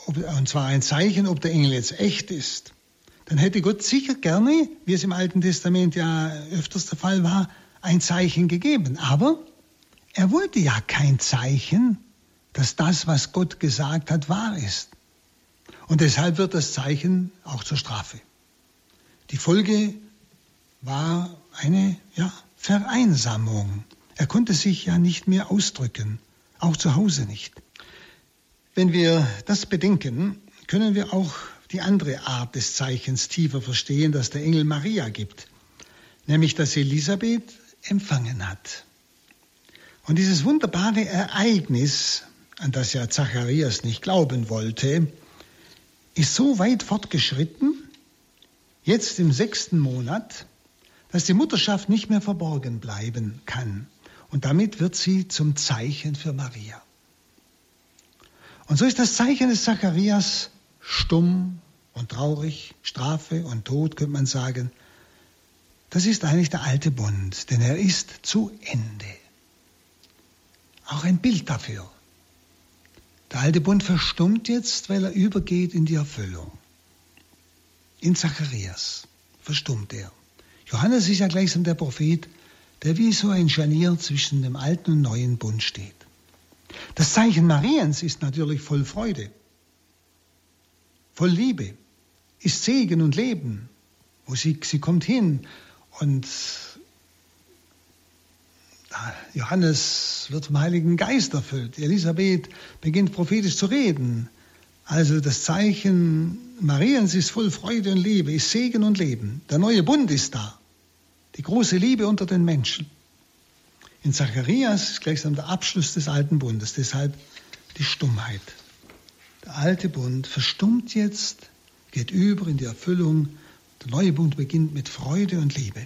ob, und zwar ein Zeichen, ob der Engel jetzt echt ist, dann hätte Gott sicher gerne, wie es im Alten Testament ja öfters der Fall war, ein Zeichen gegeben. Aber er wollte ja kein Zeichen, dass das, was Gott gesagt hat, wahr ist. Und deshalb wird das Zeichen auch zur Strafe. Die Folge war eine ja, Vereinsamung. Er konnte sich ja nicht mehr ausdrücken, auch zu Hause nicht. Wenn wir das bedenken, können wir auch die andere Art des Zeichens tiefer verstehen, das der Engel Maria gibt, nämlich dass Elisabeth empfangen hat. Und dieses wunderbare Ereignis, an das ja Zacharias nicht glauben wollte, ist so weit fortgeschritten, jetzt im sechsten Monat, dass die Mutterschaft nicht mehr verborgen bleiben kann. Und damit wird sie zum Zeichen für Maria. Und so ist das Zeichen des Zacharias stumm und traurig, Strafe und Tod, könnte man sagen. Das ist eigentlich der alte Bund, denn er ist zu Ende. Auch ein Bild dafür. Der alte Bund verstummt jetzt, weil er übergeht in die Erfüllung. In Zacharias verstummt er. Johannes ist ja gleichsam der Prophet, der wie so ein Scharnier zwischen dem alten und neuen Bund steht. Das Zeichen Mariens ist natürlich voll Freude, voll Liebe, ist Segen und Leben. Wo sie, sie kommt hin und Johannes wird vom Heiligen Geist erfüllt. Elisabeth beginnt prophetisch zu reden. Also das Zeichen Mariens ist voll Freude und Liebe, ist Segen und Leben. Der neue Bund ist da. Die große Liebe unter den Menschen. In Zacharias ist gleichsam der Abschluss des alten Bundes, deshalb die Stummheit. Der alte Bund verstummt jetzt, geht über in die Erfüllung. Der neue Bund beginnt mit Freude und Liebe.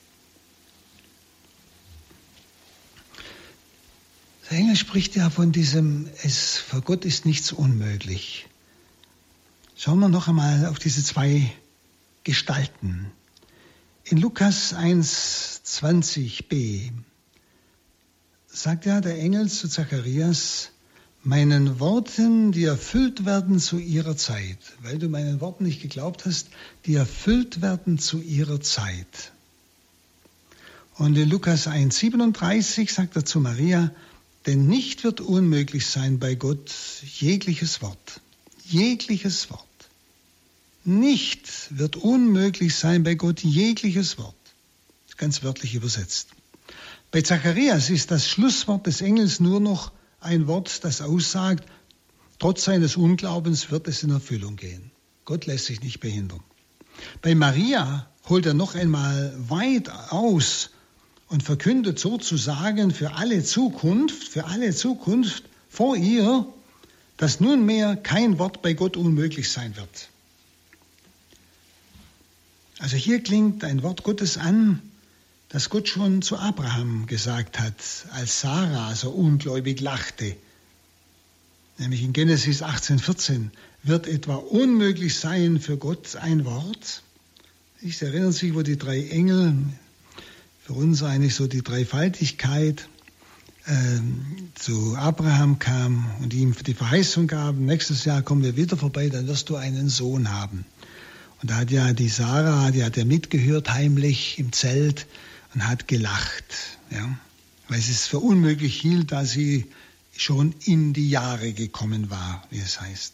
Der Engel spricht ja von diesem, es für Gott ist nichts unmöglich. Schauen wir noch einmal auf diese zwei Gestalten. In Lukas eins zwanzig b sagt ja der Engel zu Zacharias, meinen Worten, die erfüllt werden zu ihrer Zeit, weil du meinen Worten nicht geglaubt hast, die erfüllt werden zu ihrer Zeit. Und in Lukas eins siebenunddreißig sagt er zu Maria, denn nicht wird unmöglich sein bei Gott jegliches Wort. Jegliches Wort. Nicht wird unmöglich sein bei Gott jegliches Wort. Ganz wörtlich übersetzt. Bei Zacharias ist das Schlusswort des Engels nur noch ein Wort, das aussagt, trotz seines Unglaubens wird es in Erfüllung gehen. Gott lässt sich nicht behindern. Bei Maria holt er noch einmal weit aus und verkündet sozusagen für alle Zukunft, für alle Zukunft vor ihr, dass nunmehr kein Wort bei Gott unmöglich sein wird. Also hier klingt ein Wort Gottes an, das Gott schon zu Abraham gesagt hat, als Sarah so ungläubig lachte. Nämlich in Genesis achtzehn vierzehn, wird etwa unmöglich sein für Gott ein Wort? Sie erinnern sich, wo die drei Engel, für uns eigentlich so die Dreifaltigkeit, äh, zu Abraham kam und ihm die Verheißung gaben, nächstes Jahr kommen wir wieder vorbei, dann wirst du einen Sohn haben. Und da hat ja die Sarah, die hat ja mitgehört heimlich im Zelt und hat gelacht, ja, weil sie es für unmöglich hielt, da sie schon in die Jahre gekommen war, wie es heißt.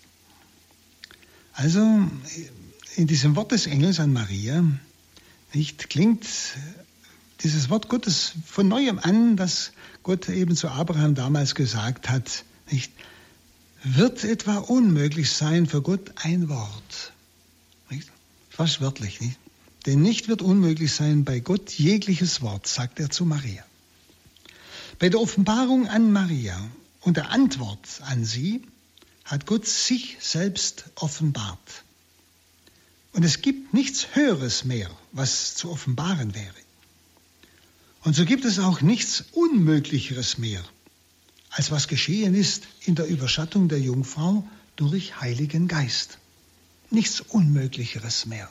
Also in diesem Wort des Engels an Maria nicht, klingt dieses Wort Gottes von neuem an, das Gott eben zu Abraham damals gesagt hat, nicht, wird etwa unmöglich sein für Gott ein Wort. Nicht? Fast wörtlich, nicht? Denn nicht wird unmöglich sein bei Gott jegliches Wort, sagt er zu Maria. Bei der Offenbarung an Maria und der Antwort an sie hat Gott sich selbst offenbart. Und es gibt nichts Höheres mehr, was zu offenbaren wäre. Und so gibt es auch nichts Unmöglicheres mehr, als was geschehen ist in der Überschattung der Jungfrau durch Heiligen Geist. Nichts Unmöglicheres mehr.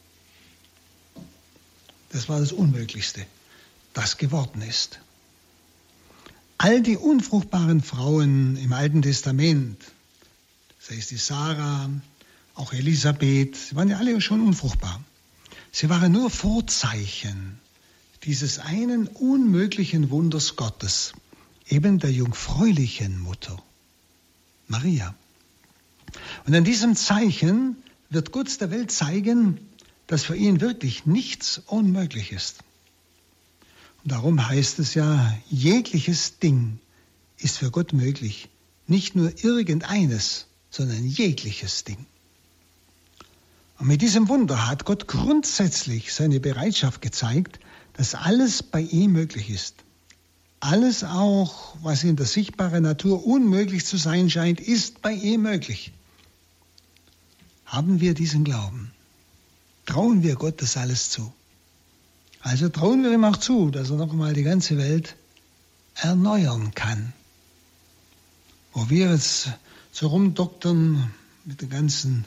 Das war das Unmöglichste, das geworden ist. All die unfruchtbaren Frauen im Alten Testament, sei es die Sarah, auch Elisabeth, sie waren ja alle schon unfruchtbar. Sie waren nur Vorzeichen dieses einen unmöglichen Wunders Gottes, eben der jungfräulichen Mutter, Maria. Und an diesem Zeichen wird Gott der Welt zeigen, dass für ihn wirklich nichts unmöglich ist. Und darum heißt es ja, jegliches Ding ist für Gott möglich. Nicht nur irgendeines, sondern jegliches Ding. Und mit diesem Wunder hat Gott grundsätzlich seine Bereitschaft gezeigt, dass alles bei ihm möglich ist. Alles auch, was in der sichtbaren Natur unmöglich zu sein scheint, ist bei ihm möglich. Haben wir diesen Glauben? Trauen wir Gott das alles zu? Also trauen wir ihm auch zu, dass er noch einmal die ganze Welt erneuern kann. Wo wir jetzt so rumdoktern mit der ganzen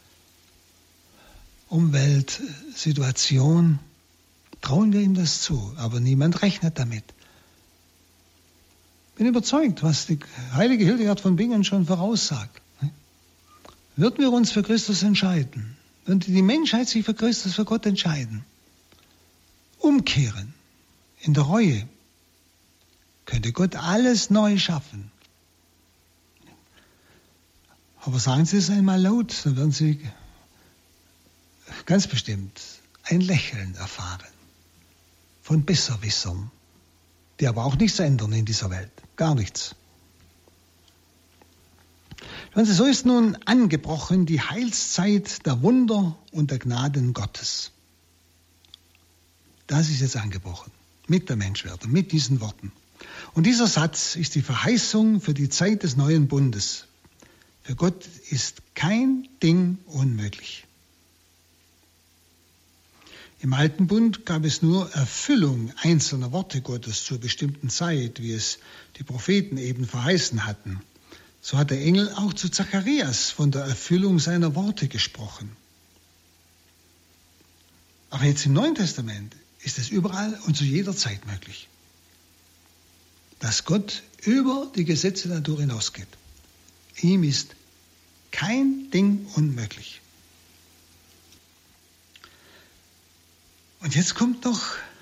Umweltsituation, trauen wir ihm das zu, aber niemand rechnet damit. Ich bin überzeugt, was die heilige Hildegard von Bingen schon voraussagt. Würden wir uns für Christus entscheiden, würden die Menschheit sich für Christus, für Gott entscheiden, umkehren, in der Reue, könnte Gott alles neu schaffen. Aber sagen Sie es einmal laut, dann werden Sie ganz bestimmt ein Lächeln erfahren von Besserwissern, die aber auch nichts ändern in dieser Welt, gar nichts. Und so ist nun angebrochen die Heilszeit der Wunder und der Gnaden Gottes. Das ist jetzt angebrochen, mit der Menschwerdung, mit diesen Worten. Und dieser Satz ist die Verheißung für die Zeit des neuen Bundes. Für Gott ist kein Ding unmöglich. Im Alten Bund gab es nur Erfüllung einzelner Worte Gottes zur bestimmten Zeit, wie es die Propheten eben verheißen hatten. So hat der Engel auch zu Zacharias von der Erfüllung seiner Worte gesprochen. Aber jetzt im Neuen Testament ist es überall und zu jeder Zeit möglich, dass Gott über die Gesetze der Natur hinausgeht. Ihm ist kein Ding unmöglich. Und jetzt kommt noch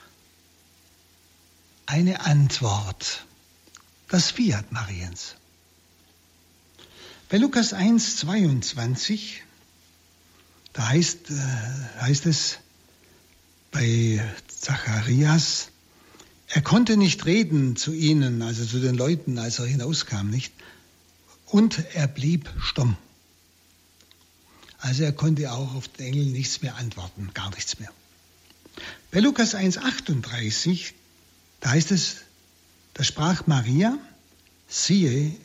eine Antwort, das Fiat Mariens. Bei Lukas eins, zweiundzwanzig, da heißt, äh, heißt es bei Zacharias, er konnte nicht reden zu ihnen, also zu den Leuten, als er hinauskam, nicht? Und er blieb stumm. Also er konnte auch auf den Engel nichts mehr antworten, gar nichts mehr. Bei Lukas eins, achtunddreißig, da heißt es, da sprach Maria, siehe,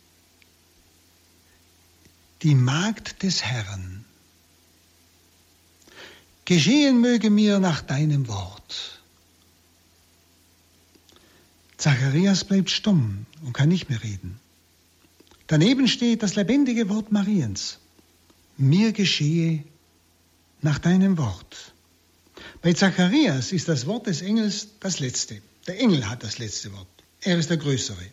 die Magd des Herrn, geschehen möge mir nach deinem Wort. Zacharias bleibt stumm und kann nicht mehr reden. Daneben steht das lebendige Wort Mariens. Mir geschehe nach deinem Wort. Bei Zacharias ist das Wort des Engels das Letzte. Der Engel hat das letzte Wort. Er ist der Größere.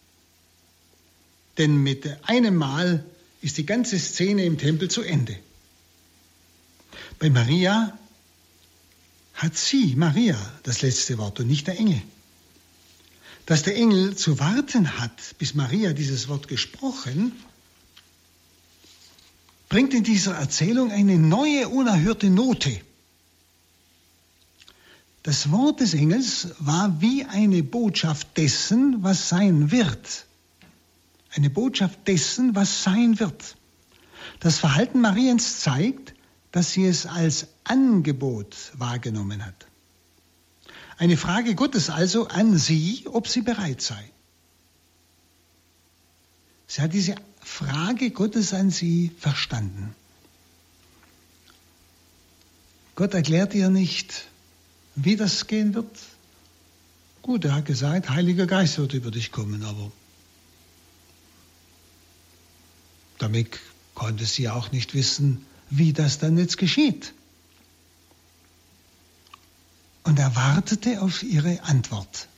Denn mit einem Mal ist die ganze Szene im Tempel zu Ende. Bei Maria hat sie, Maria, das letzte Wort und nicht der Engel. Dass der Engel zu warten hat, bis Maria dieses Wort gesprochen, bringt in dieser Erzählung eine neue, unerhörte Note. Das Wort des Engels war wie eine Botschaft dessen, was sein wird. Eine Botschaft dessen, was sein wird. Das Verhalten Mariens zeigt, dass sie es als Angebot wahrgenommen hat. Eine Frage Gottes also an sie, ob sie bereit sei. Sie hat diese Frage Gottes an sie verstanden. Gott erklärt ihr nicht, wie das gehen wird. Gut, er hat gesagt, Heiliger Geist wird über dich kommen, aber damit konnte sie auch nicht wissen, wie das dann jetzt geschieht. Und er wartete auf ihre Antwort.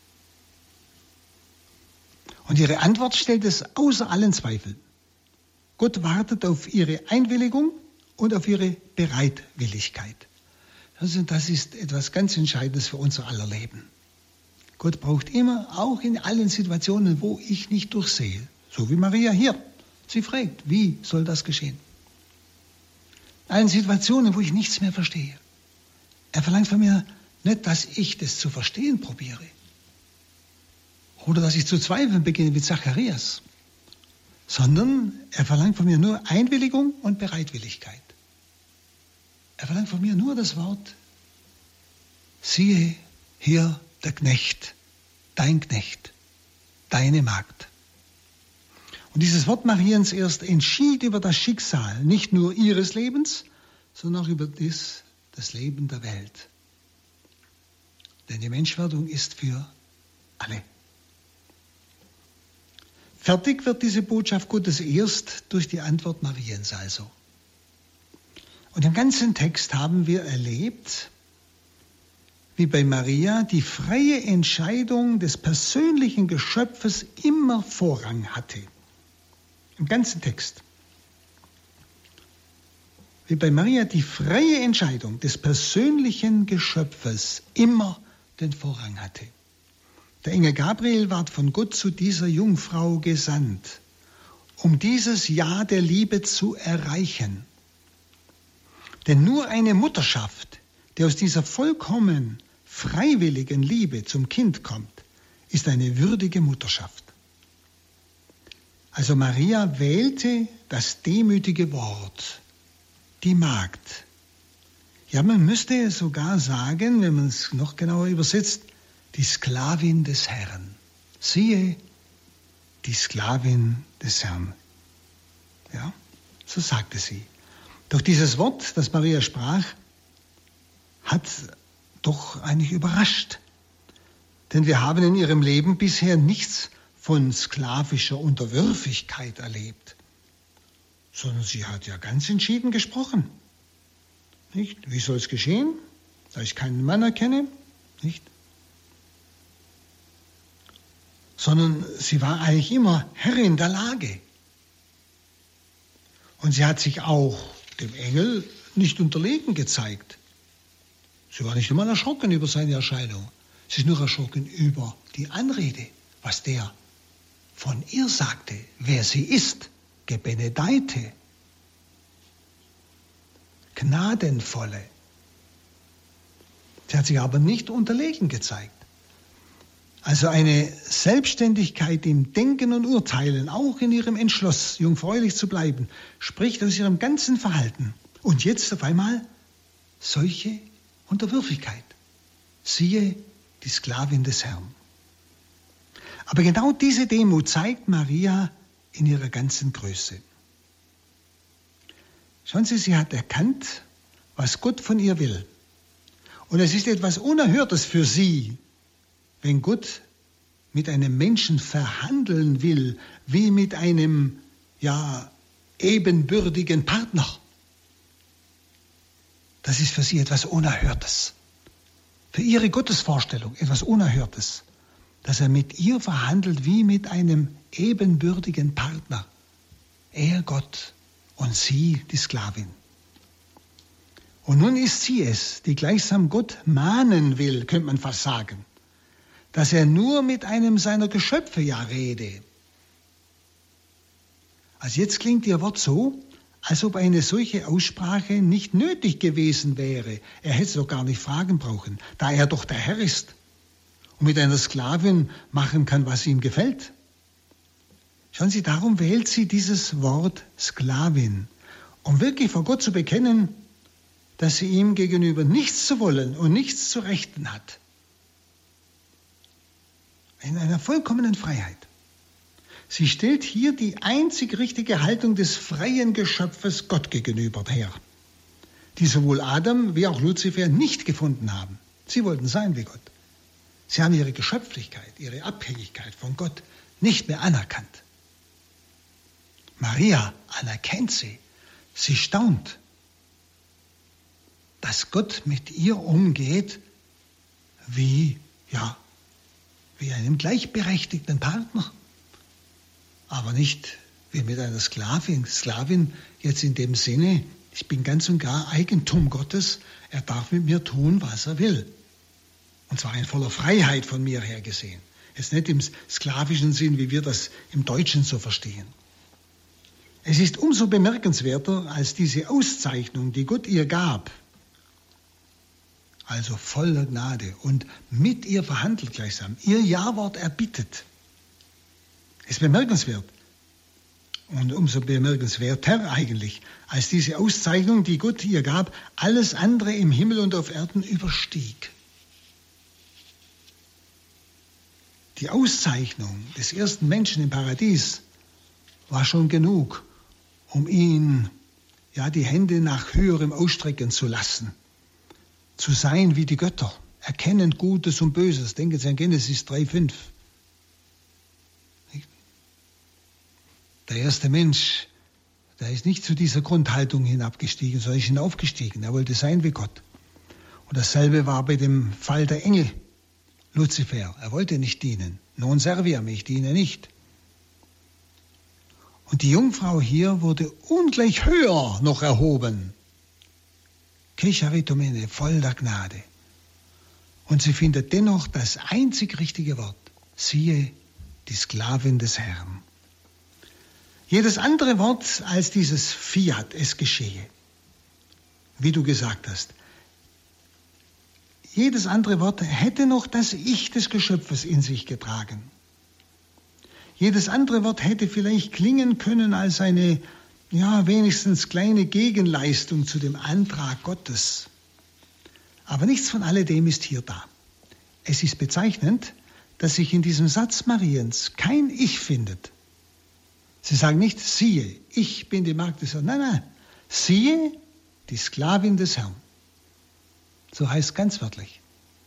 Und ihre Antwort stellt es außer allen Zweifel. Gott wartet auf ihre Einwilligung und auf ihre Bereitwilligkeit. Also das ist etwas ganz Entscheidendes für unser aller Leben. Gott braucht immer, auch in allen Situationen, wo ich nicht durchsehe, so wie Maria hier. Sie fragt, wie soll das geschehen? In allen Situationen, wo ich nichts mehr verstehe. Er verlangt von mir nicht, dass ich das zu verstehen probiere. Oder dass ich zu zweifeln beginne wie Zacharias. Sondern er verlangt von mir nur Einwilligung und Bereitwilligkeit. Er verlangt von mir nur das Wort, siehe hier der Knecht, dein Knecht, deine Magd. Und dieses Wort Mariens erst entschied über das Schicksal, nicht nur ihres Lebens, sondern auch über das, das Leben der Welt. Denn die Menschwerdung ist für alle. Fertig wird diese Botschaft Gottes erst durch die Antwort Mariens also. Und im ganzen Text haben wir erlebt, wie bei Maria die freie Entscheidung des persönlichen Geschöpfes immer Vorrang hatte. Im ganzen Text. Wie bei Maria die freie Entscheidung des persönlichen Geschöpfes immer den Vorrang hatte. Der Engel Gabriel ward von Gott zu dieser Jungfrau gesandt, um dieses Ja der Liebe zu erreichen. Denn nur eine Mutterschaft, die aus dieser vollkommen freiwilligen Liebe zum Kind kommt, ist eine würdige Mutterschaft. Also Maria wählte das demütige Wort, die Magd. Ja, man müsste sogar sagen, wenn man es noch genauer übersetzt, die Sklavin des Herrn. Siehe, die Sklavin des Herrn. Ja, so sagte sie. Doch dieses Wort, das Maria sprach, hat doch eigentlich überrascht. Denn wir haben in ihrem Leben bisher nichts von sklavischer Unterwürfigkeit erlebt, sondern sie hat ja ganz entschieden gesprochen. Nicht? Wie soll es geschehen, da ich keinen Mann erkenne? Nicht? Sondern sie war eigentlich immer Herrin der Lage. Und sie hat sich auch dem Engel nicht unterlegen gezeigt. Sie war nicht einmal erschrocken über seine Erscheinung. Sie ist nur erschrocken über die Anrede, was der von ihr sagte, wer sie ist, gebenedeite, gnadenvolle. Sie hat sich aber nicht unterlegen gezeigt. Also eine Selbstständigkeit im Denken und Urteilen, auch in ihrem Entschluss, jungfräulich zu bleiben, spricht aus ihrem ganzen Verhalten. Und jetzt auf einmal solche Unterwürfigkeit. Siehe, die Sklavin des Herrn. Aber genau diese Demut zeigt Maria in ihrer ganzen Größe. Schauen Sie, sie hat erkannt, was Gott von ihr will. Und es ist etwas Unerhörtes für sie, wenn Gott mit einem Menschen verhandeln will, wie mit einem, ja, ebenbürtigen Partner. Das ist für sie etwas Unerhörtes. Für ihre Gottesvorstellung etwas Unerhörtes, dass er mit ihr verhandelt wie mit einem ebenbürtigen Partner. Er Gott und sie die Sklavin. Und nun ist sie es, die gleichsam Gott mahnen will, könnte man fast sagen, dass er nur mit einem seiner Geschöpfe ja rede. Also jetzt klingt ihr Wort so, als ob eine solche Aussprache nicht nötig gewesen wäre. Er hätte es doch gar nicht fragen brauchen, da er doch der Herr ist und mit einer Sklavin machen kann, was ihm gefällt. Schauen Sie, darum wählt sie dieses Wort Sklavin, um wirklich vor Gott zu bekennen, dass sie ihm gegenüber nichts zu wollen und nichts zu rechten hat. In einer vollkommenen Freiheit. Sie stellt hier die einzig richtige Haltung des freien Geschöpfes Gott gegenüber her, die sowohl Adam wie auch Luzifer nicht gefunden haben. Sie wollten sein wie Gott. Sie haben ihre Geschöpflichkeit, ihre Abhängigkeit von Gott nicht mehr anerkannt. Maria anerkennt sie. Sie staunt, dass Gott mit ihr umgeht wie, ja, wie einem gleichberechtigten Partner, aber nicht wie mit einer Sklavin. Sklavin jetzt in dem Sinne, ich bin ganz und gar Eigentum Gottes, er darf mit mir tun, was er will. Und zwar in voller Freiheit von mir her gesehen. Jetzt nicht im sklavischen Sinn, wie wir das im Deutschen so verstehen. Es ist umso bemerkenswerter, als diese Auszeichnung, die Gott ihr gab, also voller Gnade und mit ihr verhandelt gleichsam, ihr Ja-Wort erbittet. Ist bemerkenswert. Und umso bemerkenswerter eigentlich, als diese Auszeichnung, die Gott ihr gab, alles andere im Himmel und auf Erden überstieg. Die Auszeichnung des ersten Menschen im Paradies war schon genug, um ihn ja, die Hände nach höherem ausstrecken zu lassen. Zu sein wie die Götter, erkennend Gutes und Böses. Denken Sie an Genesis drei fünf. Der erste Mensch, der ist nicht zu dieser Grundhaltung hinabgestiegen, sondern ist hinaufgestiegen. Er wollte sein wie Gott. Und dasselbe war bei dem Fall der Engel, Luzifer. Er wollte nicht dienen. Non serviam, ich diene nicht. Und die Jungfrau hier wurde ungleich höher noch erhoben. Kecharitomene, voll der Gnade. Und sie findet dennoch das einzig richtige Wort. Siehe, die Sklavin des Herrn. Jedes andere Wort als dieses Fiat, es geschehe. Wie du gesagt hast. Jedes andere Wort hätte noch das Ich des Geschöpfes in sich getragen. Jedes andere Wort hätte vielleicht klingen können als eine, ja, wenigstens kleine Gegenleistung zu dem Antrag Gottes. Aber nichts von alledem ist hier da. Es ist bezeichnend, dass sich in diesem Satz Mariens kein Ich findet. Sie sagen nicht, siehe, ich bin die Magd des Herrn. Nein, nein, siehe, die Sklavin des Herrn. So heißt es ganz wörtlich.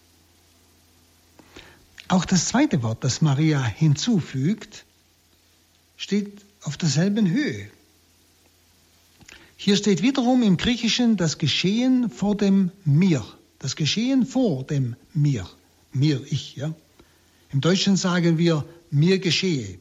Auch das zweite Wort, das Maria hinzufügt, steht auf derselben Höhe. Hier steht wiederum im Griechischen das Geschehen vor dem Mir. Das Geschehen vor dem Mir. Mir, ich, ja. Im Deutschen sagen wir, mir geschehe.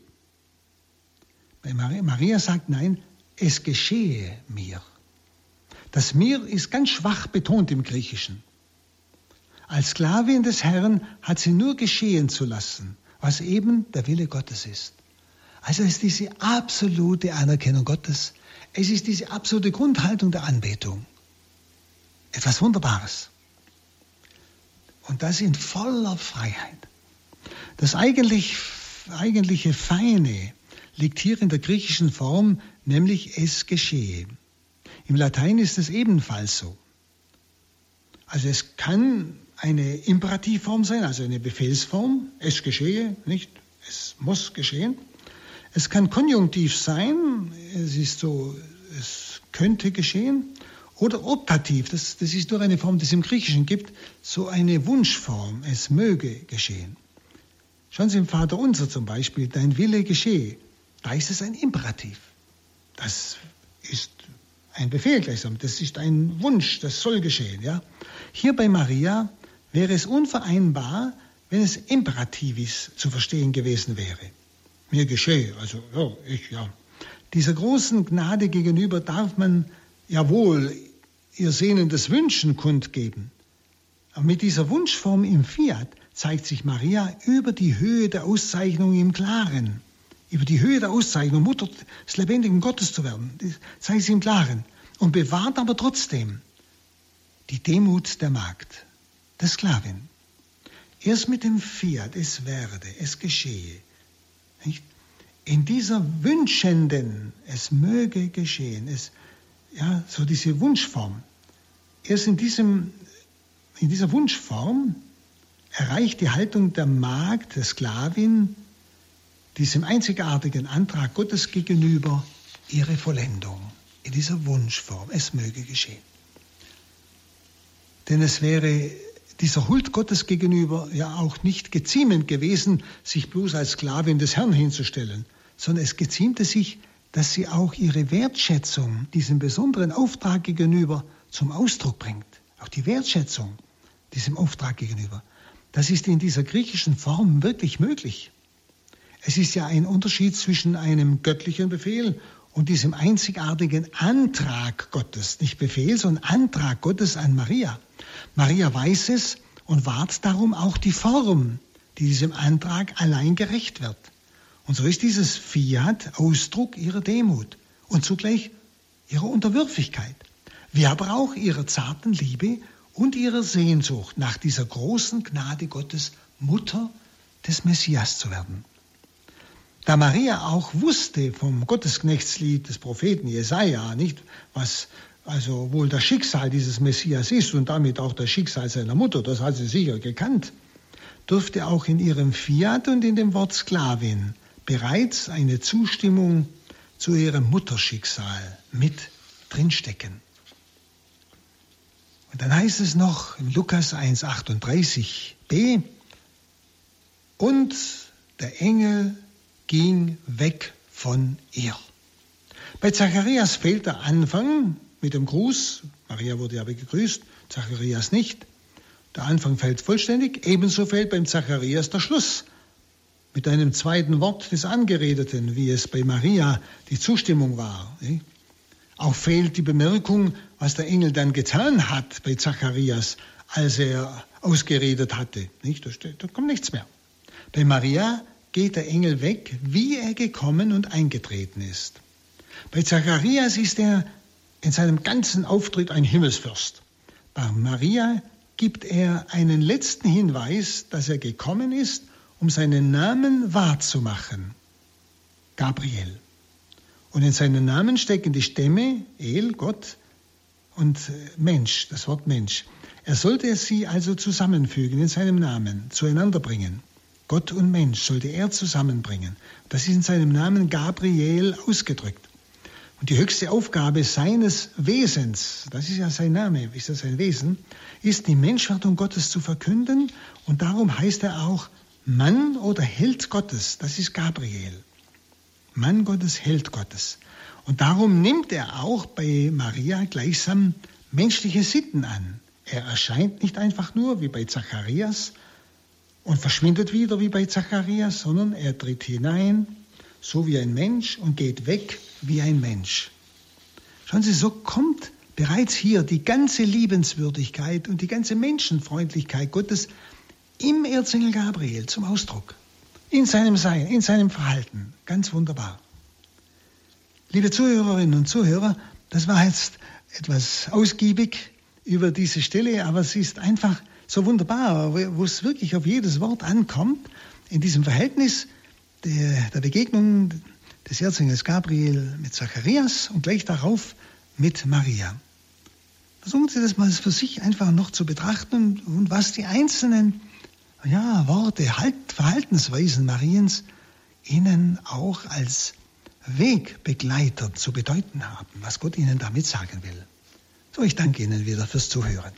Bei Maria, Maria sagt, nein, es geschehe mir. Das Mir ist ganz schwach betont im Griechischen. Als Sklavin des Herrn hat sie nur geschehen zu lassen, was eben der Wille Gottes ist. Also es ist diese absolute Anerkennung Gottes. Es ist diese absolute Grundhaltung der Anbetung. Etwas Wunderbares. Und das in voller Freiheit. Das eigentlich, eigentliche Feine liegt hier in der griechischen Form, nämlich es geschehe. Im Latein ist es ebenfalls so. Also es kann eine Imperativform sein, also eine Befehlsform, es geschehe, nicht, es muss geschehen. Es kann konjunktiv sein, es ist so, es könnte geschehen. Oder optativ, das, das ist nur eine Form, die es im Griechischen gibt, so eine Wunschform, es möge geschehen. Schauen Sie im Vater Unser zum Beispiel, dein Wille geschehe. Da ist es ein Imperativ. Das ist ein Befehl gleichsam, das ist ein Wunsch, das soll geschehen. Ja? Hier bei Maria wäre es unvereinbar, wenn es imperativis zu verstehen gewesen wäre. Mir geschehe, also ja, ich, ja. Dieser großen Gnade gegenüber darf man ja wohl ihr sehnendes Wünschen kundgeben. Aber mit dieser Wunschform im Fiat zeigt sich Maria über die Höhe der Auszeichnung im Klaren. Über die Höhe der Auszeichnung, Mutter des lebendigen Gottes zu werden. Das zeigt sie im Klaren. Und bewahrt aber trotzdem die Demut der Magd, der Sklavin. Erst mit dem Fiat, es werde, es geschehe. Nicht? In dieser wünschenden, es möge geschehen, es, ja, so diese Wunschform. Erst in, diesem, in dieser Wunschform erreicht die Haltung der Magd, der Sklavin, diesem einzigartigen Antrag Gottes gegenüber ihre Vollendung. In dieser Wunschform, es möge geschehen. Denn es wäre dieser Huld Gottes gegenüber ja auch nicht geziemend gewesen, sich bloß als Sklavin des Herrn hinzustellen, sondern es geziemte sich, dass sie auch ihre Wertschätzung diesem besonderen Auftrag gegenüber zum Ausdruck bringt. Auch die Wertschätzung diesem Auftrag gegenüber. Das ist in dieser griechischen Form wirklich möglich. Es ist ja ein Unterschied zwischen einem göttlichen Befehl und diesem einzigartigen Antrag Gottes. Nicht Befehl, sondern Antrag Gottes an Maria. Maria weiß es und wahrt darum auch die Form, die diesem Antrag allein gerecht wird. Und so ist dieses Fiat Ausdruck ihrer Demut und zugleich ihrer Unterwürfigkeit, wie aber auch ihrer zarten Liebe und ihrer Sehnsucht nach dieser großen Gnade Gottes, Mutter des Messias zu werden. Da Maria auch wusste vom Gottesknechtslied des Propheten Jesaja, nicht, was also wohl das Schicksal dieses Messias ist und damit auch das Schicksal seiner Mutter, das hat sie sicher gekannt, durfte auch in ihrem Fiat und in dem Wort Sklavin bereits eine Zustimmung zu ihrem Mutterschicksal mit drinstecken. Und dann heißt es noch in Lukas eins achtunddreißig b, und der Engel ging weg von ihr. Bei Zacharias fehlt der Anfang mit dem Gruß. Maria wurde aber gegrüßt, Zacharias nicht. Der Anfang fällt vollständig. Ebenso fehlt beim Zacharias der Schluss mit einem zweiten Wort des Angeredeten, wie es bei Maria die Zustimmung war. Auch fehlt die Bemerkung, was der Engel dann getan hat bei Zacharias, als er ausgeredet hatte. Da, steht, da kommt nichts mehr. Bei Maria geht der Engel weg, wie er gekommen und eingetreten ist. Bei Zacharias ist er in seinem ganzen Auftritt ein Himmelsfürst. Bei Maria gibt er einen letzten Hinweis, dass er gekommen ist, um seinen Namen wahrzumachen. Gabriel. Und in seinen Namen stecken die Stämme, El, Gott, und Mensch, das Wort Mensch. Er sollte sie also zusammenfügen in seinem Namen, zueinander bringen. Gott und Mensch sollte er zusammenbringen. Das ist in seinem Namen Gabriel ausgedrückt. Und die höchste Aufgabe seines Wesens, das ist ja sein Name, ist ja sein Wesen, ist die Menschwerdung Gottes zu verkünden. Und darum heißt er auch Mann oder Held Gottes. Das ist Gabriel. Mann Gottes, Held Gottes. Und darum nimmt er auch bei Maria gleichsam menschliche Sitten an. Er erscheint nicht einfach nur wie bei Zacharias und verschwindet wieder wie bei Zacharias, sondern er tritt hinein, so wie ein Mensch, und geht weg wie ein Mensch. Schauen Sie, so kommt bereits hier die ganze Liebenswürdigkeit und die ganze Menschenfreundlichkeit Gottes im Erzengel Gabriel zum Ausdruck. In seinem Sein, in seinem Verhalten. Ganz wunderbar. Liebe Zuhörerinnen und Zuhörer, das war jetzt etwas ausgiebig über diese Stelle, aber es ist einfach so wunderbar, wo es wirklich auf jedes Wort ankommt, in diesem Verhältnis der, der Begegnung des Erzengels Gabriel mit Zacharias und gleich darauf mit Maria. Versuchen Sie das mal für sich einfach noch zu betrachten und was die einzelnen ja, Worte, halt, Verhaltensweisen Mariens Ihnen auch als Wegbegleiter zu bedeuten haben, was Gott Ihnen damit sagen will. So, ich danke Ihnen wieder fürs Zuhören.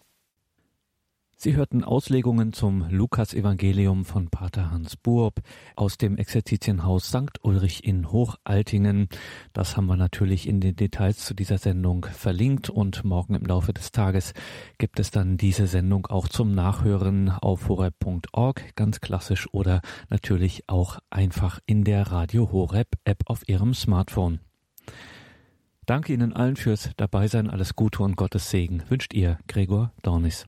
Sie hörten Auslegungen zum Lukas-Evangelium von Pater Hans Buob aus dem Exerzitienhaus Sankt Ulrich in Hochaltingen. Das haben wir natürlich in den Details zu dieser Sendung verlinkt und morgen im Laufe des Tages gibt es dann diese Sendung auch zum Nachhören auf horeb punkt org, ganz klassisch, oder natürlich auch einfach in der Radio Horeb App auf Ihrem Smartphone. Danke Ihnen allen fürs Dabeisein, alles Gute und Gottes Segen wünscht Ihr Gregor Dornis.